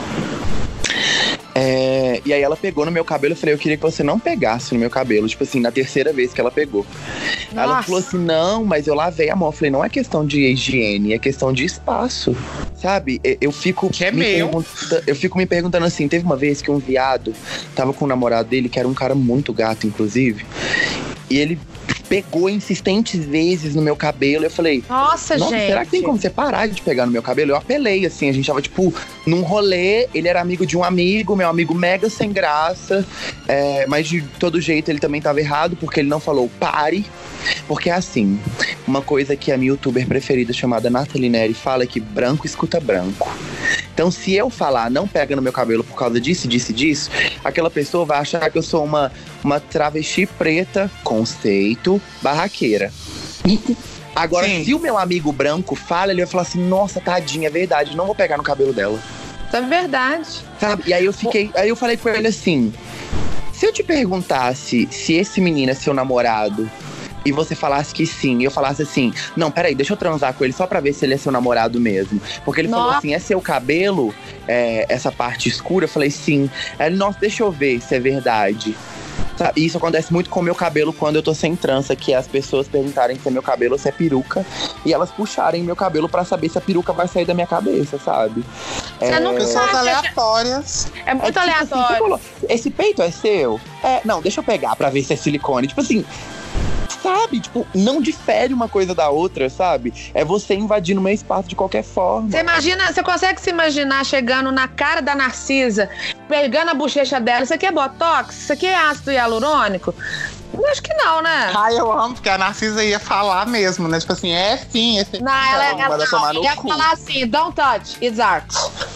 E aí ela pegou no meu cabelo, eu falei, eu queria que você não pegasse no meu cabelo, tipo assim, na terceira vez que ela pegou. Nossa. Ela falou assim, não, mas eu lavei a mão. Eu falei, não é questão de higiene, é questão de espaço, sabe? Eu fico me perguntando assim, teve uma vez que um viado tava com o namorado dele, que era um cara muito gato, inclusive, e ele pegou insistentes vezes no meu cabelo. Eu falei, nossa, gente, será que tem como você parar de pegar no meu cabelo? Eu apelei, assim, a gente tava, tipo, num rolê, ele era amigo de um amigo, meu amigo mega sem graça, mas de todo jeito ele também tava errado, porque ele não falou, pare. Porque assim, uma coisa que a minha youtuber preferida, chamada Nathalie Neri, fala, é que branco escuta branco. Então, se eu falar, não pega no meu cabelo por causa disso, aquela pessoa vai achar que eu sou uma travesti preta, conceito, barraqueira. Agora, Sim. se o meu amigo branco fala, ele vai falar assim, nossa, tadinha, é verdade, não vou pegar no cabelo dela. Isso é verdade. Sabe? E aí eu falei com ele assim, se eu te perguntasse se esse menino é seu namorado e você falasse que sim, e eu falasse assim, não, peraí, deixa eu transar com ele só pra ver se ele é seu namorado mesmo. Porque ele falou assim, é seu cabelo, essa parte escura? Eu falei, sim. Aí ele, nossa, deixa eu ver se é verdade. Sabe? Isso acontece muito com o meu cabelo quando eu tô sem trança, que é as pessoas perguntarem se é meu cabelo ou se é peruca, e elas puxarem meu cabelo pra saber se a peruca vai sair da minha cabeça, sabe? Você não Pessoas aleatórias. É muito tipo aleatório. assim, falou, esse peito é seu? Não, deixa eu pegar pra ver se é silicone. Tipo assim, sabe? Tipo, não difere uma coisa da outra, sabe? É você invadindo o meu espaço de qualquer forma. Você consegue se imaginar chegando na cara da Narcisa, pegando a bochecha dela? Isso aqui é botox? Isso aqui é ácido hialurônico? Eu acho que não, né? Eu amo, porque a Narcisa ia falar mesmo, né? Tipo assim, sim, esse Não, ela ia cu. falar assim, don't touch, it's art.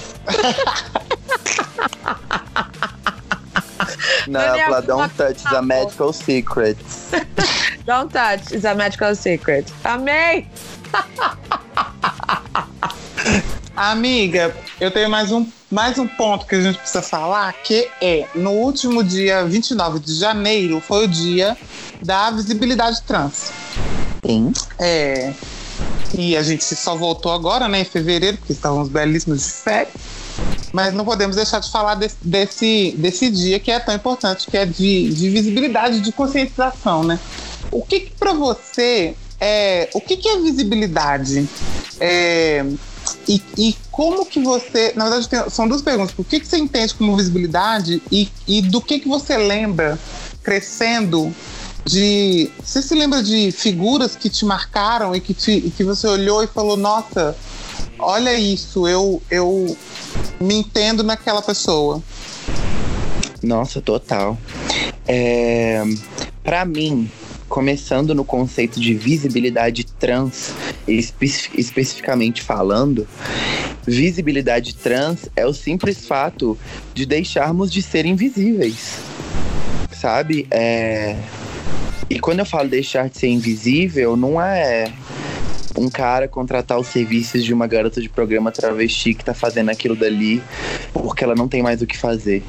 Não, ela don't touch the medical secret. Don't touch, it's a medical secret. Amei! Amiga, eu tenho mais um ponto que a gente precisa falar, que no último dia 29 de janeiro, foi o dia da visibilidade trans. Sim. E a gente só voltou agora, né, em fevereiro, porque estávamos belíssimos de férias. Mas não podemos deixar de falar desse dia que é tão importante, que é de visibilidade, de conscientização, né? O que pra você o que é visibilidade? E como que você... Na verdade, são duas perguntas. O que você entende como visibilidade e do que você lembra crescendo de... Você se lembra de figuras que te marcaram e que você olhou e falou, nossa, olha isso, eu me entendo naquela pessoa. Nossa, total. Pra mim, começando no conceito de visibilidade trans, especificamente falando, visibilidade trans é o simples fato de deixarmos de ser invisíveis, sabe? E quando eu falo deixar de ser invisível, não é um cara contratar os serviços de uma garota de programa travesti que tá fazendo aquilo dali porque ela não tem mais o que fazer.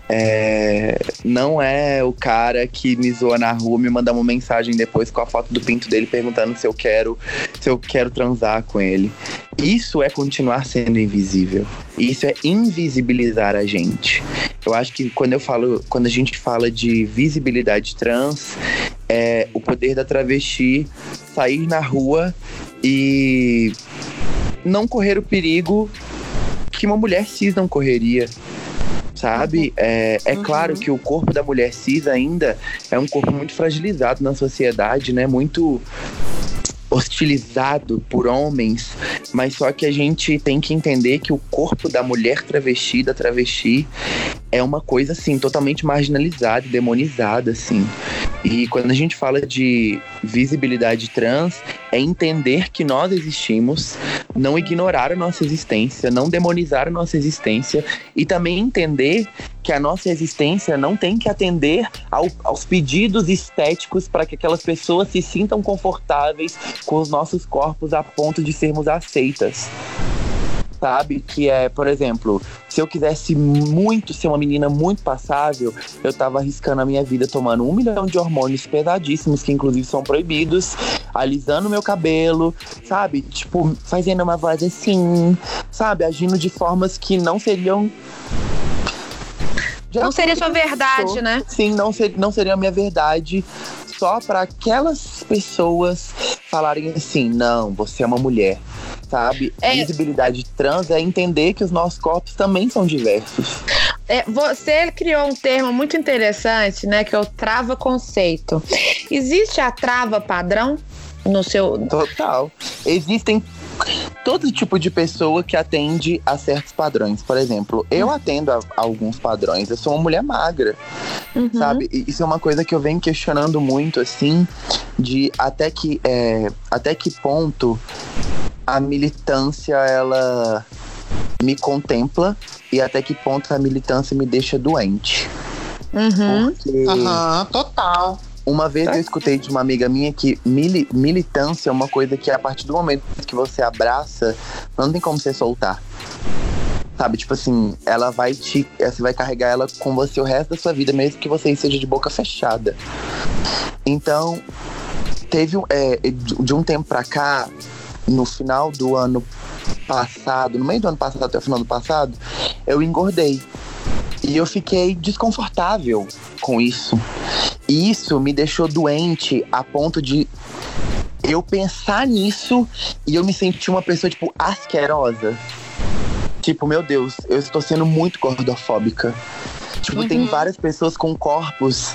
Não é o cara que me zoa na rua me mandar uma mensagem depois com a foto do pinto dele perguntando se eu quero transar com ele. Isso é continuar sendo invisível. Isso é invisibilizar a gente. Eu acho que quando a gente fala de visibilidade trans, é o poder da travesti sair na rua e não correr o perigo que uma mulher cis não correria, sabe? Claro que o corpo da mulher cis ainda é um corpo muito fragilizado na sociedade, né? Muito hostilizado por homens, mas só que a gente tem que entender que o corpo da mulher travesti, da travesti, é uma coisa, assim, totalmente marginalizada e demonizada, assim. E quando a gente fala de visibilidade trans, é entender que nós existimos, não ignorar a nossa existência, não demonizar a nossa existência e também entender que a nossa existência não tem que atender aos pedidos estéticos para que aquelas pessoas se sintam confortáveis com os nossos corpos a ponto de sermos aceitas. Sabe? Que por exemplo, se eu quisesse muito ser uma menina muito passável, eu tava arriscando a minha vida tomando 1 milhão de hormônios pesadíssimos, que inclusive são proibidos, alisando meu cabelo, sabe? Tipo, fazendo uma voz assim, sabe? Agindo de formas que não seriam... Não seria sua verdade, né? Sim, não seria a minha verdade, só para aquelas pessoas falarem assim, não, você é uma mulher, sabe? Visibilidade trans é entender que os nossos corpos também são diversos. Você criou um termo muito interessante, né? Que é o trava-conceito. Existe a trava padrão no seu... Total. Existem todo tipo de pessoa que atende a certos padrões. Por exemplo, eu atendo a alguns padrões. Eu sou uma mulher magra, sabe? Isso é uma coisa que eu venho questionando muito, assim, de até que ponto a militância, ela me contempla e até que ponto a militância me deixa doente. Porque total. Uma vez eu escutei de uma amiga minha que militância é uma coisa que a partir do momento que você abraça, não tem como você soltar. Sabe, tipo assim, você vai carregar ela com você o resto da sua vida, mesmo que você seja de boca fechada. Então, teve de um tempo pra cá, no final do ano passado, no meio do ano passado até o final do passado, eu engordei. E eu fiquei desconfortável com isso. E isso me deixou doente a ponto de eu pensar nisso e eu me sentir uma pessoa, tipo, asquerosa. Tipo, meu Deus, eu estou sendo muito gordofóbica. Tipo, tem várias pessoas com corpos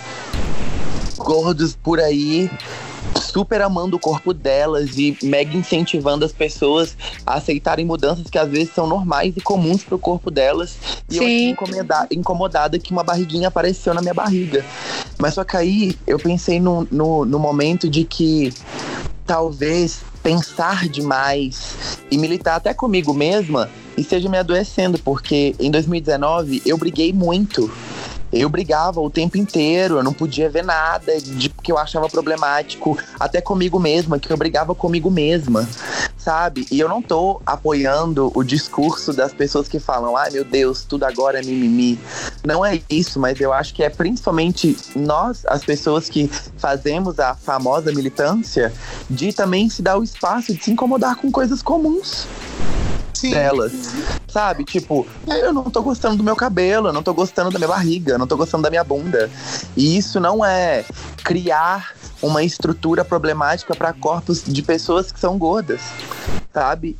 gordos por aí, super amando o corpo delas e mega incentivando as pessoas a aceitarem mudanças que às vezes são normais e comuns pro corpo delas. E Sim. eu fiquei incomodada que uma barriguinha apareceu na minha barriga. Mas só que aí eu pensei no momento de que talvez pensar demais e militar até comigo mesma esteja me adoecendo, porque em 2019 eu briguei muito. Eu brigava o tempo inteiro, eu não podia ver nada que eu achava problemático, até comigo mesma, que eu brigava comigo mesma, sabe? E eu não tô apoiando o discurso das pessoas que falam, ai meu Deus, tudo agora é mimimi. Não é isso, mas eu acho que é principalmente nós, as pessoas que fazemos a famosa militância, de também se dar o espaço de se incomodar com coisas comuns. Delas, sabe? Tipo, eu não tô gostando do meu cabelo, eu não tô gostando da minha barriga, eu não tô gostando da minha bunda. E isso não é criar uma estrutura problemática para corpos de pessoas que são gordas, sabe?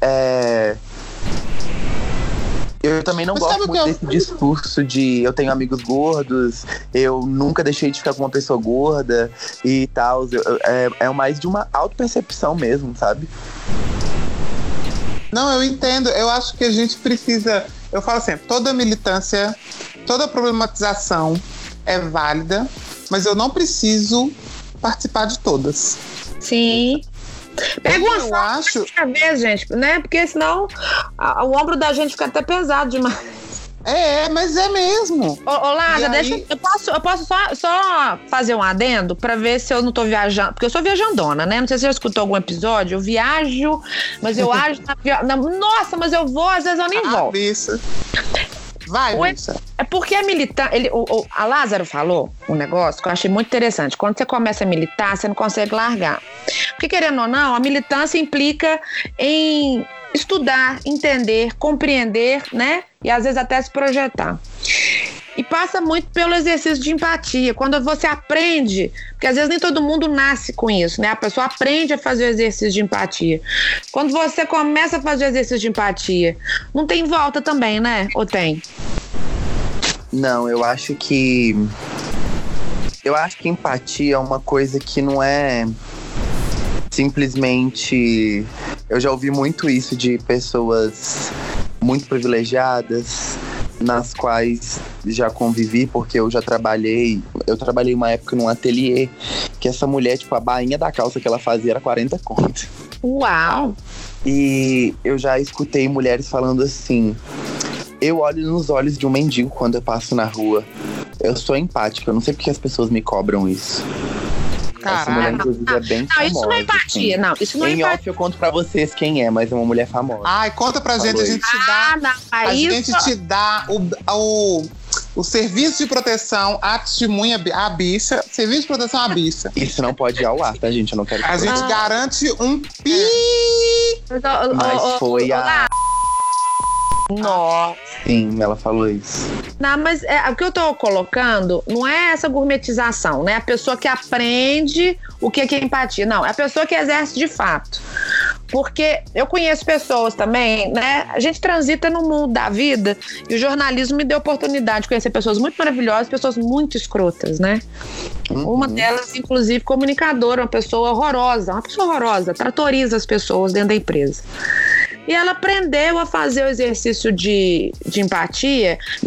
Eu também não gosto muito desse discurso de eu tenho amigos gordos, eu nunca deixei de ficar com uma pessoa gorda e tal. É mais de uma autopercepção mesmo, sabe? Não, eu entendo. Eu acho que a gente precisa... Eu falo sempre, toda militância, toda problematização é válida, mas eu não preciso participar de todas. Sim. Pega uma vez, gente, né? Porque senão o ombro da gente fica até pesado demais. Mas é mesmo. Ô Lázaro, eu posso só fazer um adendo pra ver se eu não tô viajando, porque eu sou viajandona, né? Não sei se você já escutou algum episódio, eu viajo, mas eu ajo nossa, mas eu vou, às vezes eu nem volto. Isso. Vai, Lúcia. É porque a militância, a Lázaro falou um negócio que eu achei muito interessante. Quando você começa a militar, você não consegue largar. Porque, querendo ou não, a militância implica em estudar, entender, compreender, né? E às vezes até se projetar. E passa muito pelo exercício de empatia. Quando você aprende, porque às vezes nem todo mundo nasce com isso, né? A pessoa aprende a fazer o exercício de empatia. Quando você começa a fazer o exercício de empatia, não tem volta também, né? Ou tem? Não, eu acho que empatia é uma coisa que não é simplesmente... Eu já ouvi muito isso de pessoas muito privilegiadas, nas quais já convivi, porque eu trabalhei uma época num ateliê, que essa mulher, tipo, a bainha da calça que ela fazia era 40 conto. Uau! E eu já escutei mulheres falando assim, eu olho nos olhos de um mendigo quando eu passo na rua. Eu sou empática, eu não sei porque as pessoas me cobram isso. Essa mulher, inclusive, é bem famosa. Isso não é empatia, assim. Não. Isso não é empatia. Em off eu conto pra vocês quem é, mas é uma mulher famosa. Ai, conta pra gente, a gente te dá o serviço de proteção à testemunha, à bicha. Serviço de proteção à bicha. Isso não pode ir ao ar, tá, gente? Eu não quero que a gente garante um pi. Mas foi a... Nossa. Sim, ela falou isso. Não, mas o que eu tô colocando não é essa gourmetização, né? A pessoa que aprende o que é empatia. Não, é a pessoa que exerce de fato. Porque eu conheço pessoas também, né? A gente transita no mundo da vida e o jornalismo me deu a oportunidade de conhecer pessoas muito maravilhosas, pessoas muito escrotas, né? Uma delas, inclusive, comunicadora, uma pessoa horrorosa, tratoriza as pessoas dentro da empresa. E ela aprendeu a fazer o exercício de empatia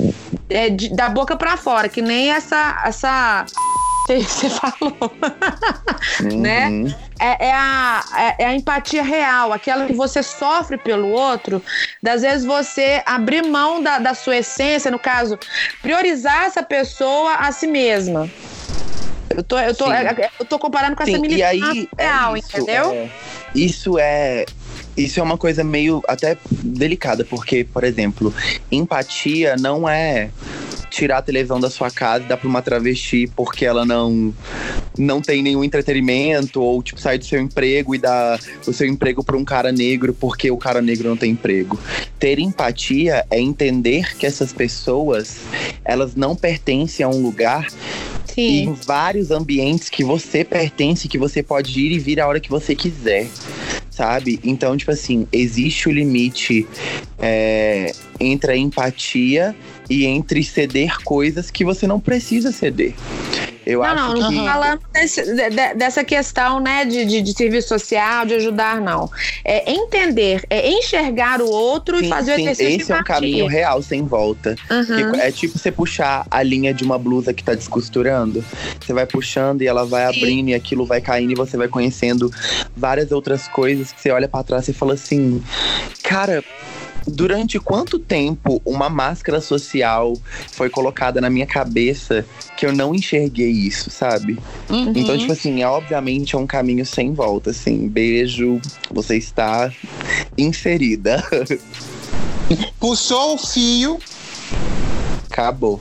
da boca pra fora, que nem essa que você falou, né? É a empatia real, aquela que você sofre pelo outro, das vezes você abrir mão da sua essência, no caso, priorizar essa pessoa a si mesma. Eu tô comparando com essa militância real, entendeu? Isso é uma coisa meio até delicada, porque, por exemplo, empatia não é tirar a televisão da sua casa e dar pra uma travesti porque ela não tem nenhum entretenimento, ou tipo, sair do seu emprego e dar o seu emprego pra um cara negro porque o cara negro não tem emprego. Ter empatia é entender que essas pessoas, elas não pertencem a um lugar. Sim. Em vários ambientes que você pertence, que você pode ir e vir a hora que você quiser, sabe? Então, tipo assim, existe o limite entre a empatia e entre ceder coisas que você não precisa ceder. Não tô falando dessa questão, né, de serviço social, de ajudar, não. É entender, é enxergar o outro e fazer o exercício de empatia. Esse é um caminho real, sem volta. É tipo você puxar a linha de uma blusa que tá descosturando. Você vai puxando e ela vai abrindo e aquilo vai caindo e você vai conhecendo várias outras coisas que você olha pra trás e fala assim, cara, durante quanto tempo uma máscara social foi colocada na minha cabeça que eu não enxerguei isso, sabe? Então, tipo assim, obviamente é um caminho sem volta, assim. Beijo, você está inserida. Puxou o fio. Acabou.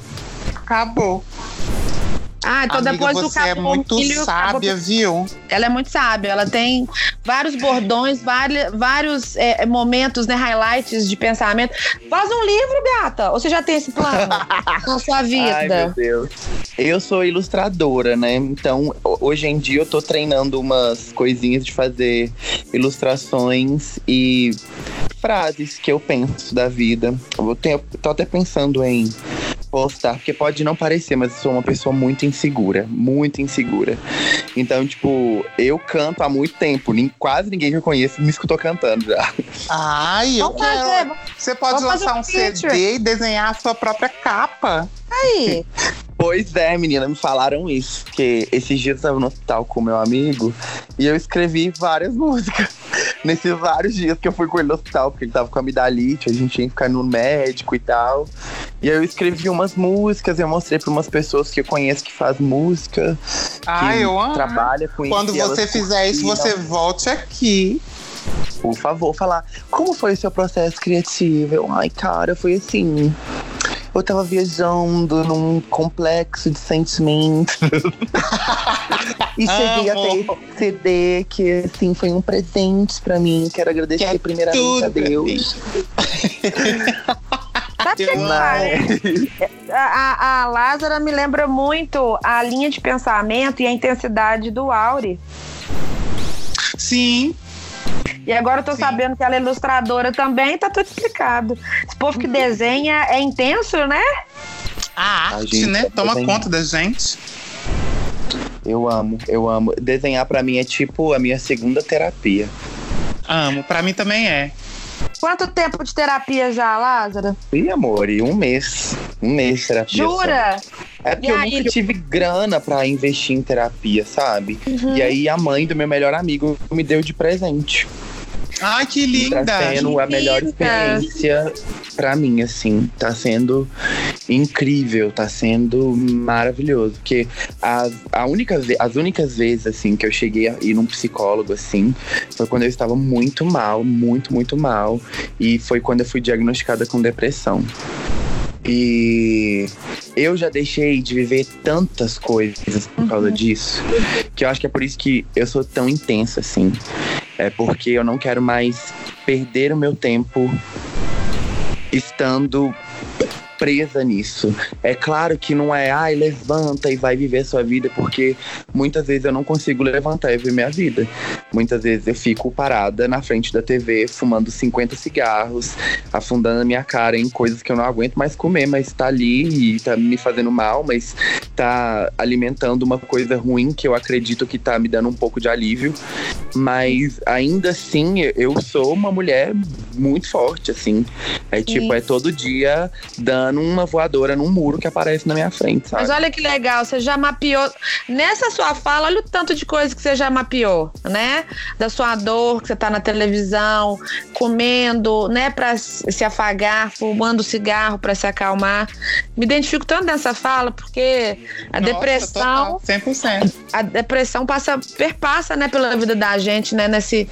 Então amiga, depois do você é muito sábia, viu? Ela é muito sábia, ela tem vários bordões, vários momentos, né, highlights de pensamento. Faz um livro, gata, ou você já tem esse plano na sua vida? Ai, meu Deus. Eu sou ilustradora, né, então hoje em dia eu tô treinando umas coisinhas de fazer ilustrações e frases que eu penso da vida. Tô até pensando em postar, porque pode não parecer, mas eu sou uma pessoa muito insegura. Então, tipo, eu canto há muito tempo. Quase ninguém que eu conheço me escutou cantando já. Ai, eu quero. Você pode lançar um CD e desenhar a sua própria capa. Aí. Pois é, menina, me falaram isso. Porque esses dias eu tava no hospital com meu amigo e eu escrevi várias músicas. Nesses vários dias que eu fui com ele no hospital, porque ele tava com amidalite, a gente tinha que ficar no médico e tal. E aí eu escrevi umas músicas, eu mostrei pra umas pessoas que eu conheço que faz música, eu amo. Trabalha com isso. Quando você fizer isso, você volte aqui. Por favor, falar como foi o seu processo criativo. Ai, cara, foi assim. Eu tava viajando num complexo de sentimentos. E cheguei até esse CD, que assim, foi um presente pra mim. Quero agradecer primeiramente a Deus. Sabe que a Lázara me lembra muito a linha de pensamento e a intensidade do Auri. Sim. E agora eu tô sabendo que ela é ilustradora também, tá tudo explicado. Esse povo que desenha é intenso, né? A arte, né? Toma conta da gente. Eu amo. Desenhar pra mim é tipo a minha segunda terapia. Amo, pra mim também é. Quanto tempo de terapia já, Lázara? Ih, amor, 1 mês. 1 mês de terapia. Jura? Só. É porque eu nunca tive grana pra investir em terapia, sabe? E aí a mãe do meu melhor amigo me deu de presente. Ai, que linda! Tá sendo a melhor experiência pra mim, assim. Tá sendo incrível, tá sendo maravilhoso. Porque as únicas vezes, assim, que eu cheguei a ir num psicólogo, assim, foi quando eu estava muito mal, muito mal. E foi quando eu fui diagnosticada com depressão. E eu já deixei de viver tantas coisas por causa disso, que eu acho que é por isso que eu sou tão intensa, assim. É porque eu não quero mais perder o meu tempo estando presa nisso. É claro que não é, levanta e vai viver a sua vida, porque muitas vezes eu não consigo levantar e ver minha vida. Muitas vezes eu fico parada na frente da TV, fumando 50 cigarros, afundando a minha cara em coisas que eu não aguento mais comer, mas tá ali e tá me fazendo mal, mas tá alimentando uma coisa ruim que eu acredito que tá me dando um pouco de alívio. Mas ainda assim, eu sou uma mulher muito forte, assim. É tipo, é todo dia dando uma voadora num muro que aparece na minha frente, sabe? Mas olha que legal, você já mapeou. Nessa sua fala, olha o tanto de coisa que você já mapeou, né? Da sua dor, que você tá na televisão, comendo, né, pra se afagar, fumando cigarro pra se acalmar. Me identifico tanto nessa fala, porque a depressão... Total, 100%. A depressão perpassa, né, pela vida da gente, né, nesse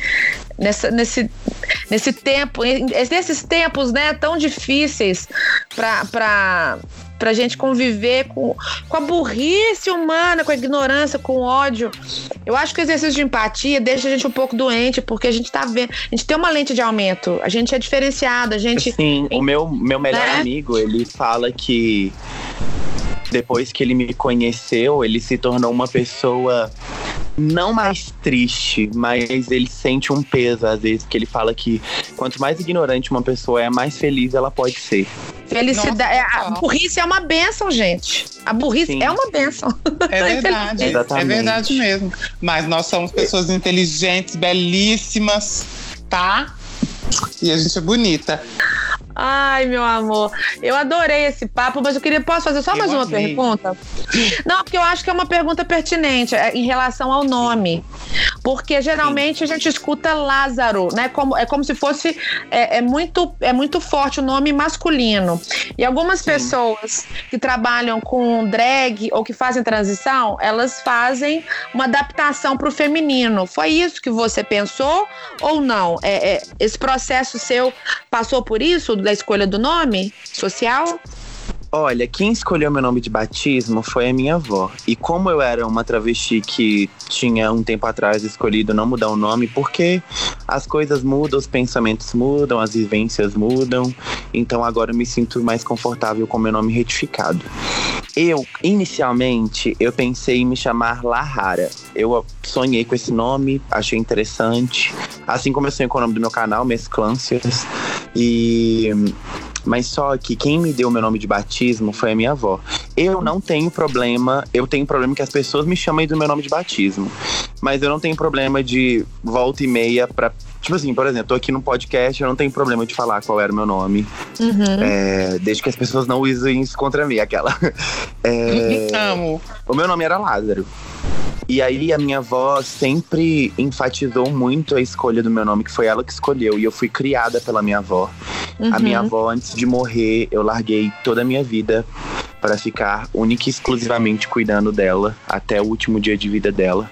tempo, nesses tempos, né, tão difíceis pra gente conviver com a burrice humana, com a ignorância, com o ódio. Eu acho que o exercício de empatia deixa a gente um pouco doente, porque a gente tá vendo, a gente tem uma lente de aumento, a gente é diferenciado, a gente... Sim, o meu melhor amigo, ele fala que depois que ele me conheceu, ele se tornou uma pessoa não mais triste, mas ele sente um peso às vezes, porque ele fala que quanto mais ignorante uma pessoa é, mais feliz ela pode ser. Felicidade. A burrice é uma bênção, gente. A burrice é uma bênção. É verdade. É verdade mesmo. Mas nós somos pessoas inteligentes, belíssimas, tá? E a gente é bonita. Ai, meu amor, eu adorei esse papo, mas posso fazer só mais uma pergunta? Não, porque eu acho que é uma pergunta pertinente em relação ao nome. Porque geralmente a gente escuta Lázaro, né? É como se fosse é muito forte o nome masculino. E algumas pessoas que trabalham com drag ou que fazem transição, elas fazem uma adaptação para o feminino. Foi isso que você pensou ou não? Esse processo seu passou por isso, da escolha do nome social? Olha, quem escolheu meu nome de batismo foi a minha avó. E como eu era uma travesti que tinha um tempo atrás escolhido não mudar o nome, porque as coisas mudam, os pensamentos mudam, as vivências mudam. Então agora eu me sinto mais confortável com meu nome retificado. Inicialmente, eu pensei em me chamar Lahara. Eu sonhei com esse nome, achei interessante. Assim como eu sonhei com o nome do meu canal, Mesclâncias. Mas só que quem me deu meu nome de batismo foi a minha avó. Eu não tenho problema, eu tenho problema que as pessoas me chamem do meu nome de batismo. Mas eu não tenho problema de volta e meia pra... Tipo assim, por exemplo, tô aqui no podcast, eu não tenho problema de falar qual era o meu nome. Desde que as pessoas não usem isso contra mim, aquela. Amo. O meu nome era Lázaro. E aí a minha avó sempre enfatizou muito a escolha do meu nome, que foi ela que escolheu. E eu fui criada pela minha avó. A minha avó, antes de morrer, eu larguei toda a minha vida para ficar única e exclusivamente cuidando dela até o último dia de vida dela.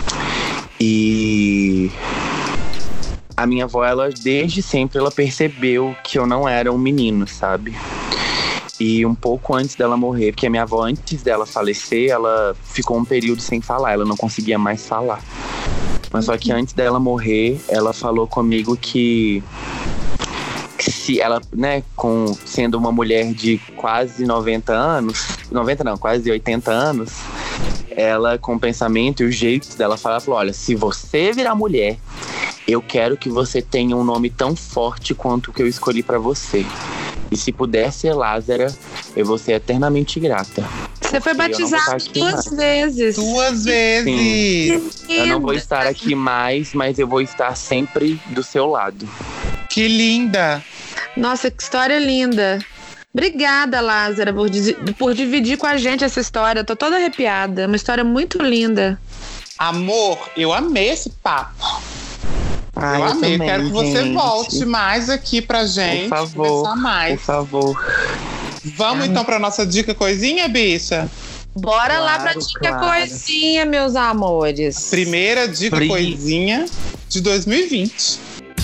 E a minha avó, ela desde sempre, ela percebeu que eu não era um menino, sabe? E um pouco antes dela morrer, porque a minha avó, antes dela falecer, ela ficou um período sem falar, ela não conseguia mais falar. Mas só que antes dela morrer, ela falou comigo que se ela, né, sendo uma mulher de quase 90 anos, 90 não, quase 80 anos, ela, com o pensamento e os jeitos dela falar, falou, olha, se você virar mulher, eu quero que você tenha um nome tão forte quanto o que eu escolhi pra você. E se puder ser Lázara, eu vou ser eternamente grata. Você foi batizado 2 vezes. 2 vezes. Sim. Eu não vou estar aqui mais, mas eu vou estar sempre do seu lado. Que linda. Nossa, que história linda. Obrigada, Lázara, por dividir com a gente essa história. Eu tô toda arrepiada. É uma história muito linda. Amor, eu amei esse papo. Eu amei, também, quero que você volte mais aqui pra gente. Por favor, conversar mais. Por favor. Vamos então pra nossa dica coisinha, bicha? Bora lá pra dica coisinha, meus amores. Primeira dica coisinha de 2020.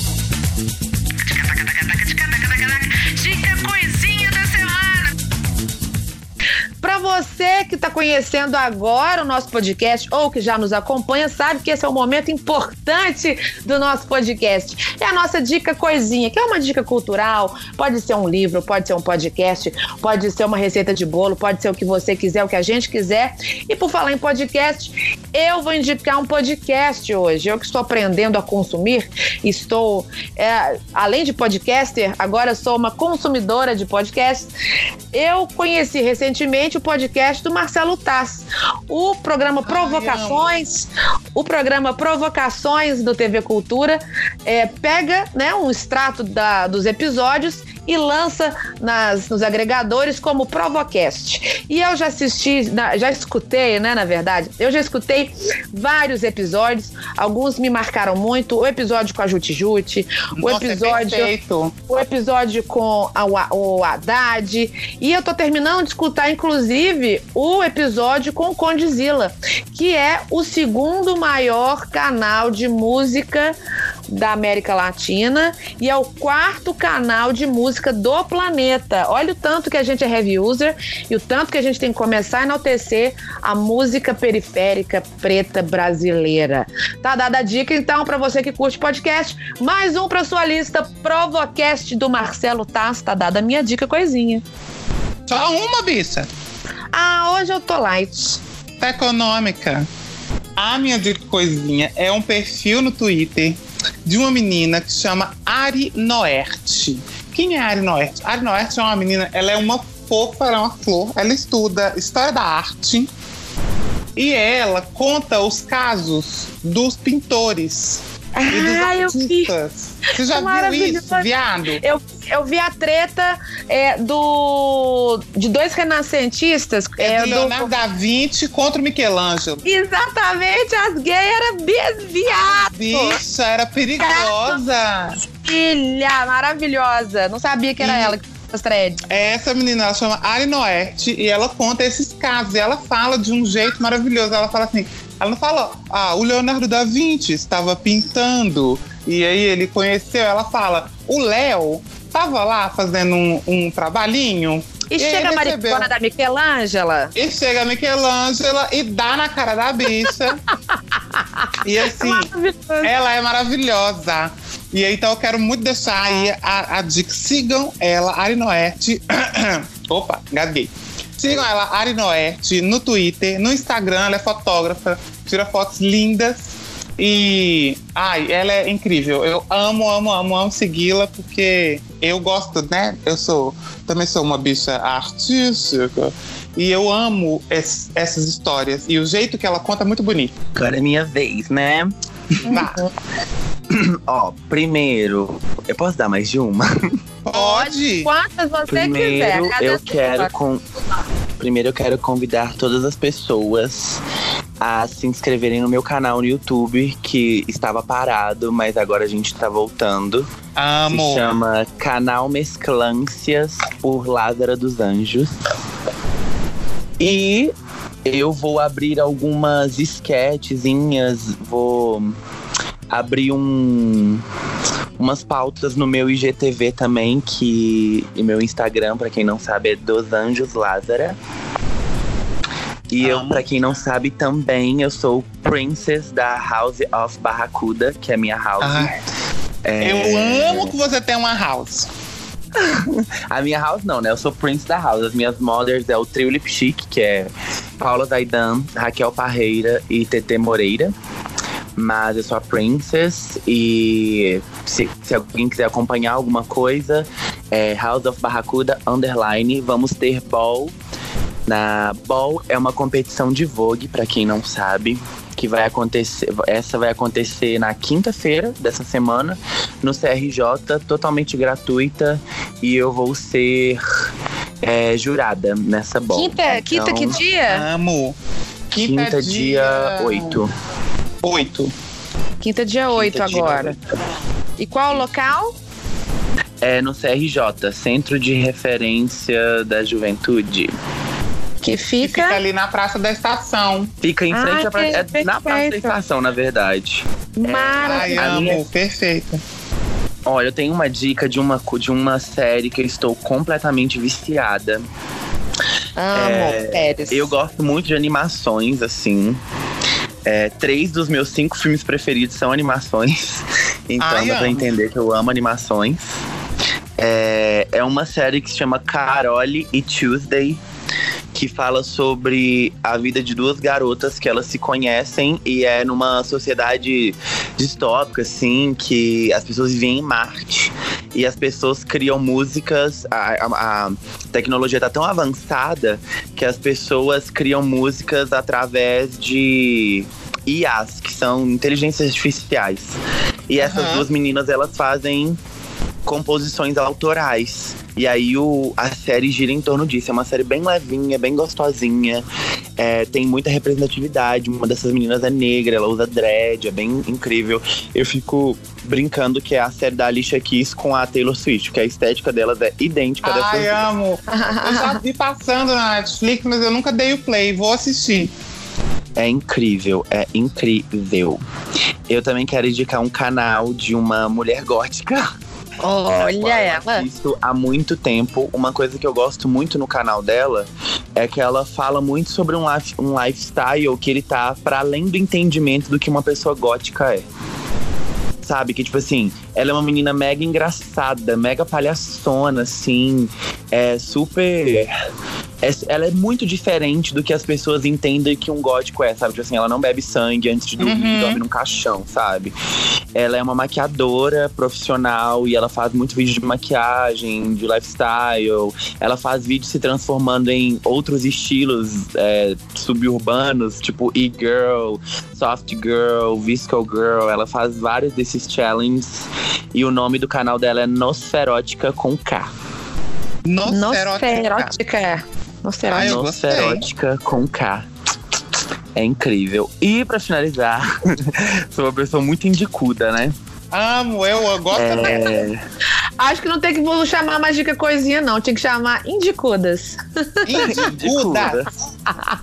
Dica coisinha da semana. Pra você que tá conhecendo agora o nosso podcast ou que já nos acompanha, sabe que esse é um momento importante do nosso podcast. É a nossa dica coisinha, que é uma dica cultural. Pode ser um livro, pode ser um podcast, pode ser uma receita de bolo, pode ser o que você quiser, o que a gente quiser. E por falar em podcast, eu vou indicar um podcast hoje. Eu que estou aprendendo a consumir, além de podcaster, agora sou uma consumidora de podcasts. eu conheci recentemente o podcast do Marcelo Taz. O programa Provocações, do TV Cultura, pega, né, um extrato dos episódios e lança nos agregadores como Provocast. E eu já escutei, né, na verdade, eu já escutei vários episódios, alguns me marcaram muito, o episódio com a Juti Juti, o episódio com o Haddad, e eu tô terminando de escutar, inclusive, o episódio com o Condzilla, que é o segundo maior canal de música da América Latina e é o 4º canal de música do planeta. Olha o tanto que a gente é heavy user e o tanto que a gente tem que começar a enaltecer a música periférica preta brasileira. Tá dada a dica, então, pra você que curte podcast, mais um pra sua lista, Provocast do Marcelo Taz. Tá dada a minha dica, coisinha. Só uma, bicha? Hoje eu tô light. Tá econômica. A minha dica, coisinha, é um perfil no Twitter de uma menina que chama Ari Noerte. Quem é Ari Noerte? Ari Noerte é uma menina, ela é uma fofa, ela é uma flor, ela estuda história da arte e ela conta os casos dos pintores e dos artistas. Você já viu isso, viado? Eu vi a treta de dois renascentistas. Do Leonardo da Vinci contra o Michelangelo. Exatamente, as gays eram desviadas. Bicha, era perigosa. Filha, maravilhosa. Não sabia que era ela que fez as threads. Essa menina, ela chama Ari Noerte e ela conta esses casos. E ela fala de um jeito maravilhoso. Ela fala assim, ela não fala, o Leonardo da Vinci estava pintando e aí ele conheceu. Ela fala, o Léo tava lá fazendo um trabalhinho. E chega a maricona da Michelangela. E chega a Michelangela e dá na cara da bicha. E assim, ela é maravilhosa. E aí, então eu quero muito deixar aí a dica. Sigam ela, Ari Noerte. Opa, engasguei. Sigam ela, Ari Noerte, no Twitter, no Instagram. Ela é fotógrafa, tira fotos lindas. E ela é incrível. Eu amo segui-la, porque eu gosto, né? Também sou uma bicha artística e eu amo essas histórias. E o jeito que ela conta é muito bonito. Agora é minha vez, né? Primeiro, eu posso dar mais de uma? Pode! Quantas você quiser. Primeiro eu quero convidar todas as pessoas a se inscreverem no meu canal no YouTube, que estava parado, mas agora a gente tá voltando. Amo! Se chama Canal Mesclâncias por Lázara dos Anjos. E eu vou abrir algumas sketchzinhas, vou abrir umas pautas no meu IGTV também, e meu Instagram, pra quem não sabe, é Dos Anjos Lázara. E eu, pra quem não sabe também, eu sou Princess da House of Barracuda, que é a minha house. Eu amo que você tem uma house. A minha house não, né? Eu sou Prince da house. As minhas mothers é o Trio Lip Chic, que é Paula Zaidan, Raquel Parreira e Tetê Moreira. Mas eu sou a Princess e se alguém quiser acompanhar alguma coisa, é House of Barracuda _ vamos ter Ball. Ball é uma competição de Vogue, pra quem não sabe, que vai acontecer. Essa vai acontecer na quinta-feira dessa semana, no CRJ, totalmente gratuita, e eu vou ser jurada nessa Ball. Quinta que dia? Amo! Quinta dia 8. Quinta dia 8 agora. E qual o local? É no CRJ, Centro de Referência da Juventude. Que fica ali na Praça da Estação. Fica em frente na Praça da Estação, na verdade. Maravilhoso. Perfeito. Olha, eu tenho uma dica de uma série que eu estou completamente viciada. Séries. Eu gosto muito de animações, assim. 3 dos meus 5 filmes preferidos são animações. Então dá pra entender que eu amo animações. É uma série que se chama Carole e Tuesday, que fala sobre a vida de 2 garotas que elas se conhecem e é numa sociedade distópico, assim, que as pessoas vivem em Marte. E as pessoas criam músicas. A tecnologia tá tão avançada que as pessoas criam músicas através de IAs, que são inteligências artificiais. E essas duas meninas, elas fazem composições autorais. E aí a série gira em torno disso. É uma série bem levinha, bem gostosinha. Tem muita representatividade. Uma dessas meninas é negra, ela usa dread, é bem incrível. Eu fico brincando que é a série da Alicia Keys com a Taylor Swift, porque a estética delas é idêntica dessas. Ai, amo! Eu já vi passando na Netflix, mas eu nunca dei o play. Vou assistir. É incrível, é incrível. Eu também quero indicar um canal de uma mulher gótica. Olha ela. Isso há muito tempo. Uma coisa que eu gosto muito no canal dela é que ela fala muito sobre um lifestyle que ele tá para além do entendimento do que uma pessoa gótica é. Sabe, que tipo assim, ela é uma menina mega engraçada, mega palhaçona, assim, super... Ela é muito diferente do que as pessoas entendem que um gótico é, sabe? Tipo assim, ela não bebe sangue antes de dormir, dorme num caixão, sabe? Ela é uma maquiadora profissional e ela faz muito vídeo de maquiagem, de lifestyle. Ela faz vídeos se transformando em outros estilos suburbanos, tipo e-girl, soft girl, visco girl. Ela faz vários desses challenges e o nome do canal dela é Nosferótica com K. Nosferótica. Nosferótica com K. É incrível. E pra finalizar, sou uma pessoa muito indicuda, né? Amo, eu gosto também. Acho que não tem que chamar mais dica coisinha, não. Tinha que chamar indicudas. Indicudas.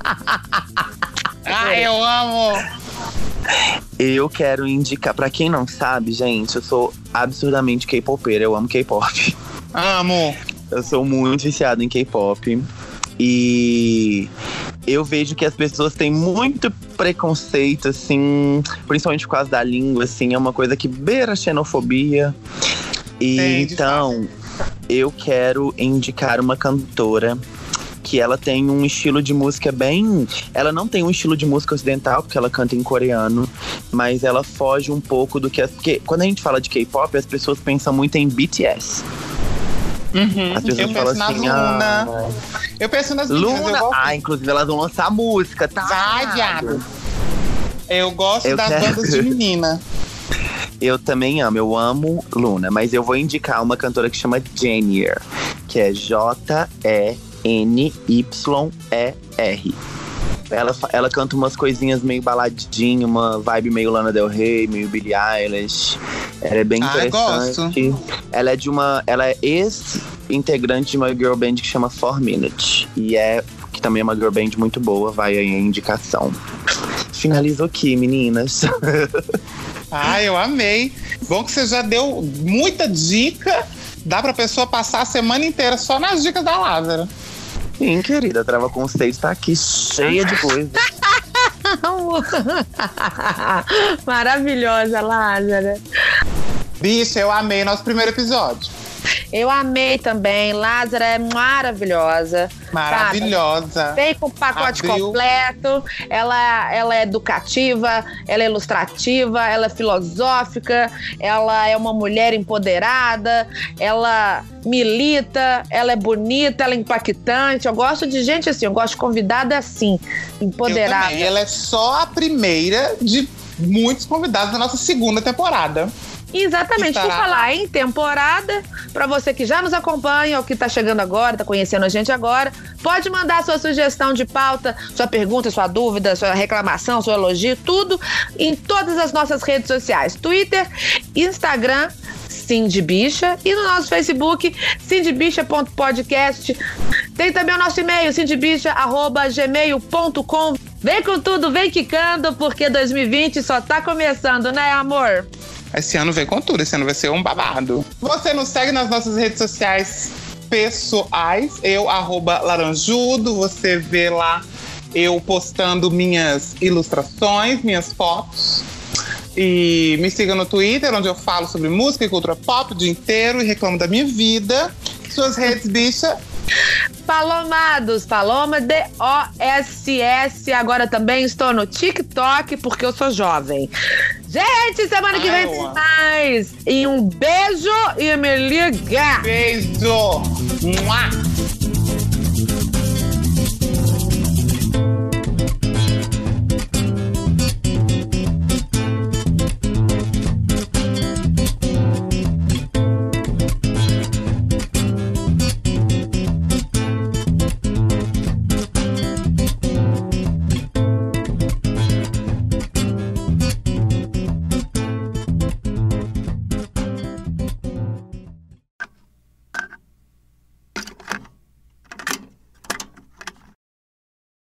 Ai, eu amo. Eu quero indicar, pra quem não sabe, gente, eu sou absurdamente K-popera. Eu amo K-pop. Amo. Eu sou muito viciado em K-pop. E eu vejo que as pessoas têm muito preconceito, assim, principalmente por causa da língua, assim, é uma coisa que beira a xenofobia. E então, eu quero indicar uma cantora que ela tem um estilo de música bem... Ela não tem um estilo de música ocidental, porque ela canta em coreano, mas ela foge um pouco do que... Porque quando a gente fala de K-pop, as pessoas pensam muito em BTS. As pessoas falam assim, Luna. Eu penso nas Luna. Inclusive elas vão lançar música, tá? Vai, viado. Eu gosto das bandas de menina. Eu também amo, eu amo Luna. Mas eu vou indicar uma cantora que chama Jennier, que é Jenyer. Ela canta umas coisinhas meio baladinho, uma vibe meio Lana Del Rey, meio Billie Eilish. Ela é bem interessante. Gosto. Ela é ex-integrante de uma girl band que chama 4 Minute. Que também é uma girl band muito boa, vai aí a indicação. Finalizo aqui, meninas. Eu amei. Bom que você já deu muita dica. Dá pra pessoa passar a semana inteira só nas dicas da Lázara. Sim, querida, a Trava Conceito tá aqui cheia de coisa. Maravilhosa, Lázara. Bicha, eu amei nosso primeiro episódio. Eu amei também. Lázara é maravilhosa. Maravilhosa. Sabe? Vem com o pacote completo. Ela é educativa, ela é ilustrativa, ela é filosófica, ela é uma mulher empoderada, ela milita, ela é bonita, ela é impactante. Eu gosto de gente assim, eu gosto de convidada assim, empoderada. Eu também. Ela é só a primeira de muitos convidados da nossa segunda temporada. Exatamente, por falar em temporada, para você que já nos acompanha ou que tá chegando agora, tá conhecendo a gente agora, pode mandar sua sugestão de pauta, sua pergunta, sua dúvida, sua reclamação, seu elogio, tudo em todas as nossas redes sociais, Twitter, Instagram, Cindy Bicha, e no nosso Facebook, cindybicha.podcast. Tem também o nosso e-mail, cindybicha@gmail.com. Vem com tudo, vem quicando, porque 2020 só tá começando, né, amor? Esse ano vem com tudo, esse ano vai ser um babado. Você nos segue nas nossas redes sociais pessoais, eu, @laranjudo, você vê lá eu postando minhas ilustrações, minhas fotos. E me siga no Twitter, onde eu falo sobre música e cultura pop o dia inteiro e reclamo da minha vida. Suas redes, bicha? Palomados, Paloma DOSS. Agora também estou no TikTok, porque eu sou jovem. Gente, semana que vem tem mais. E um beijo e me liga. Beijo. Mua.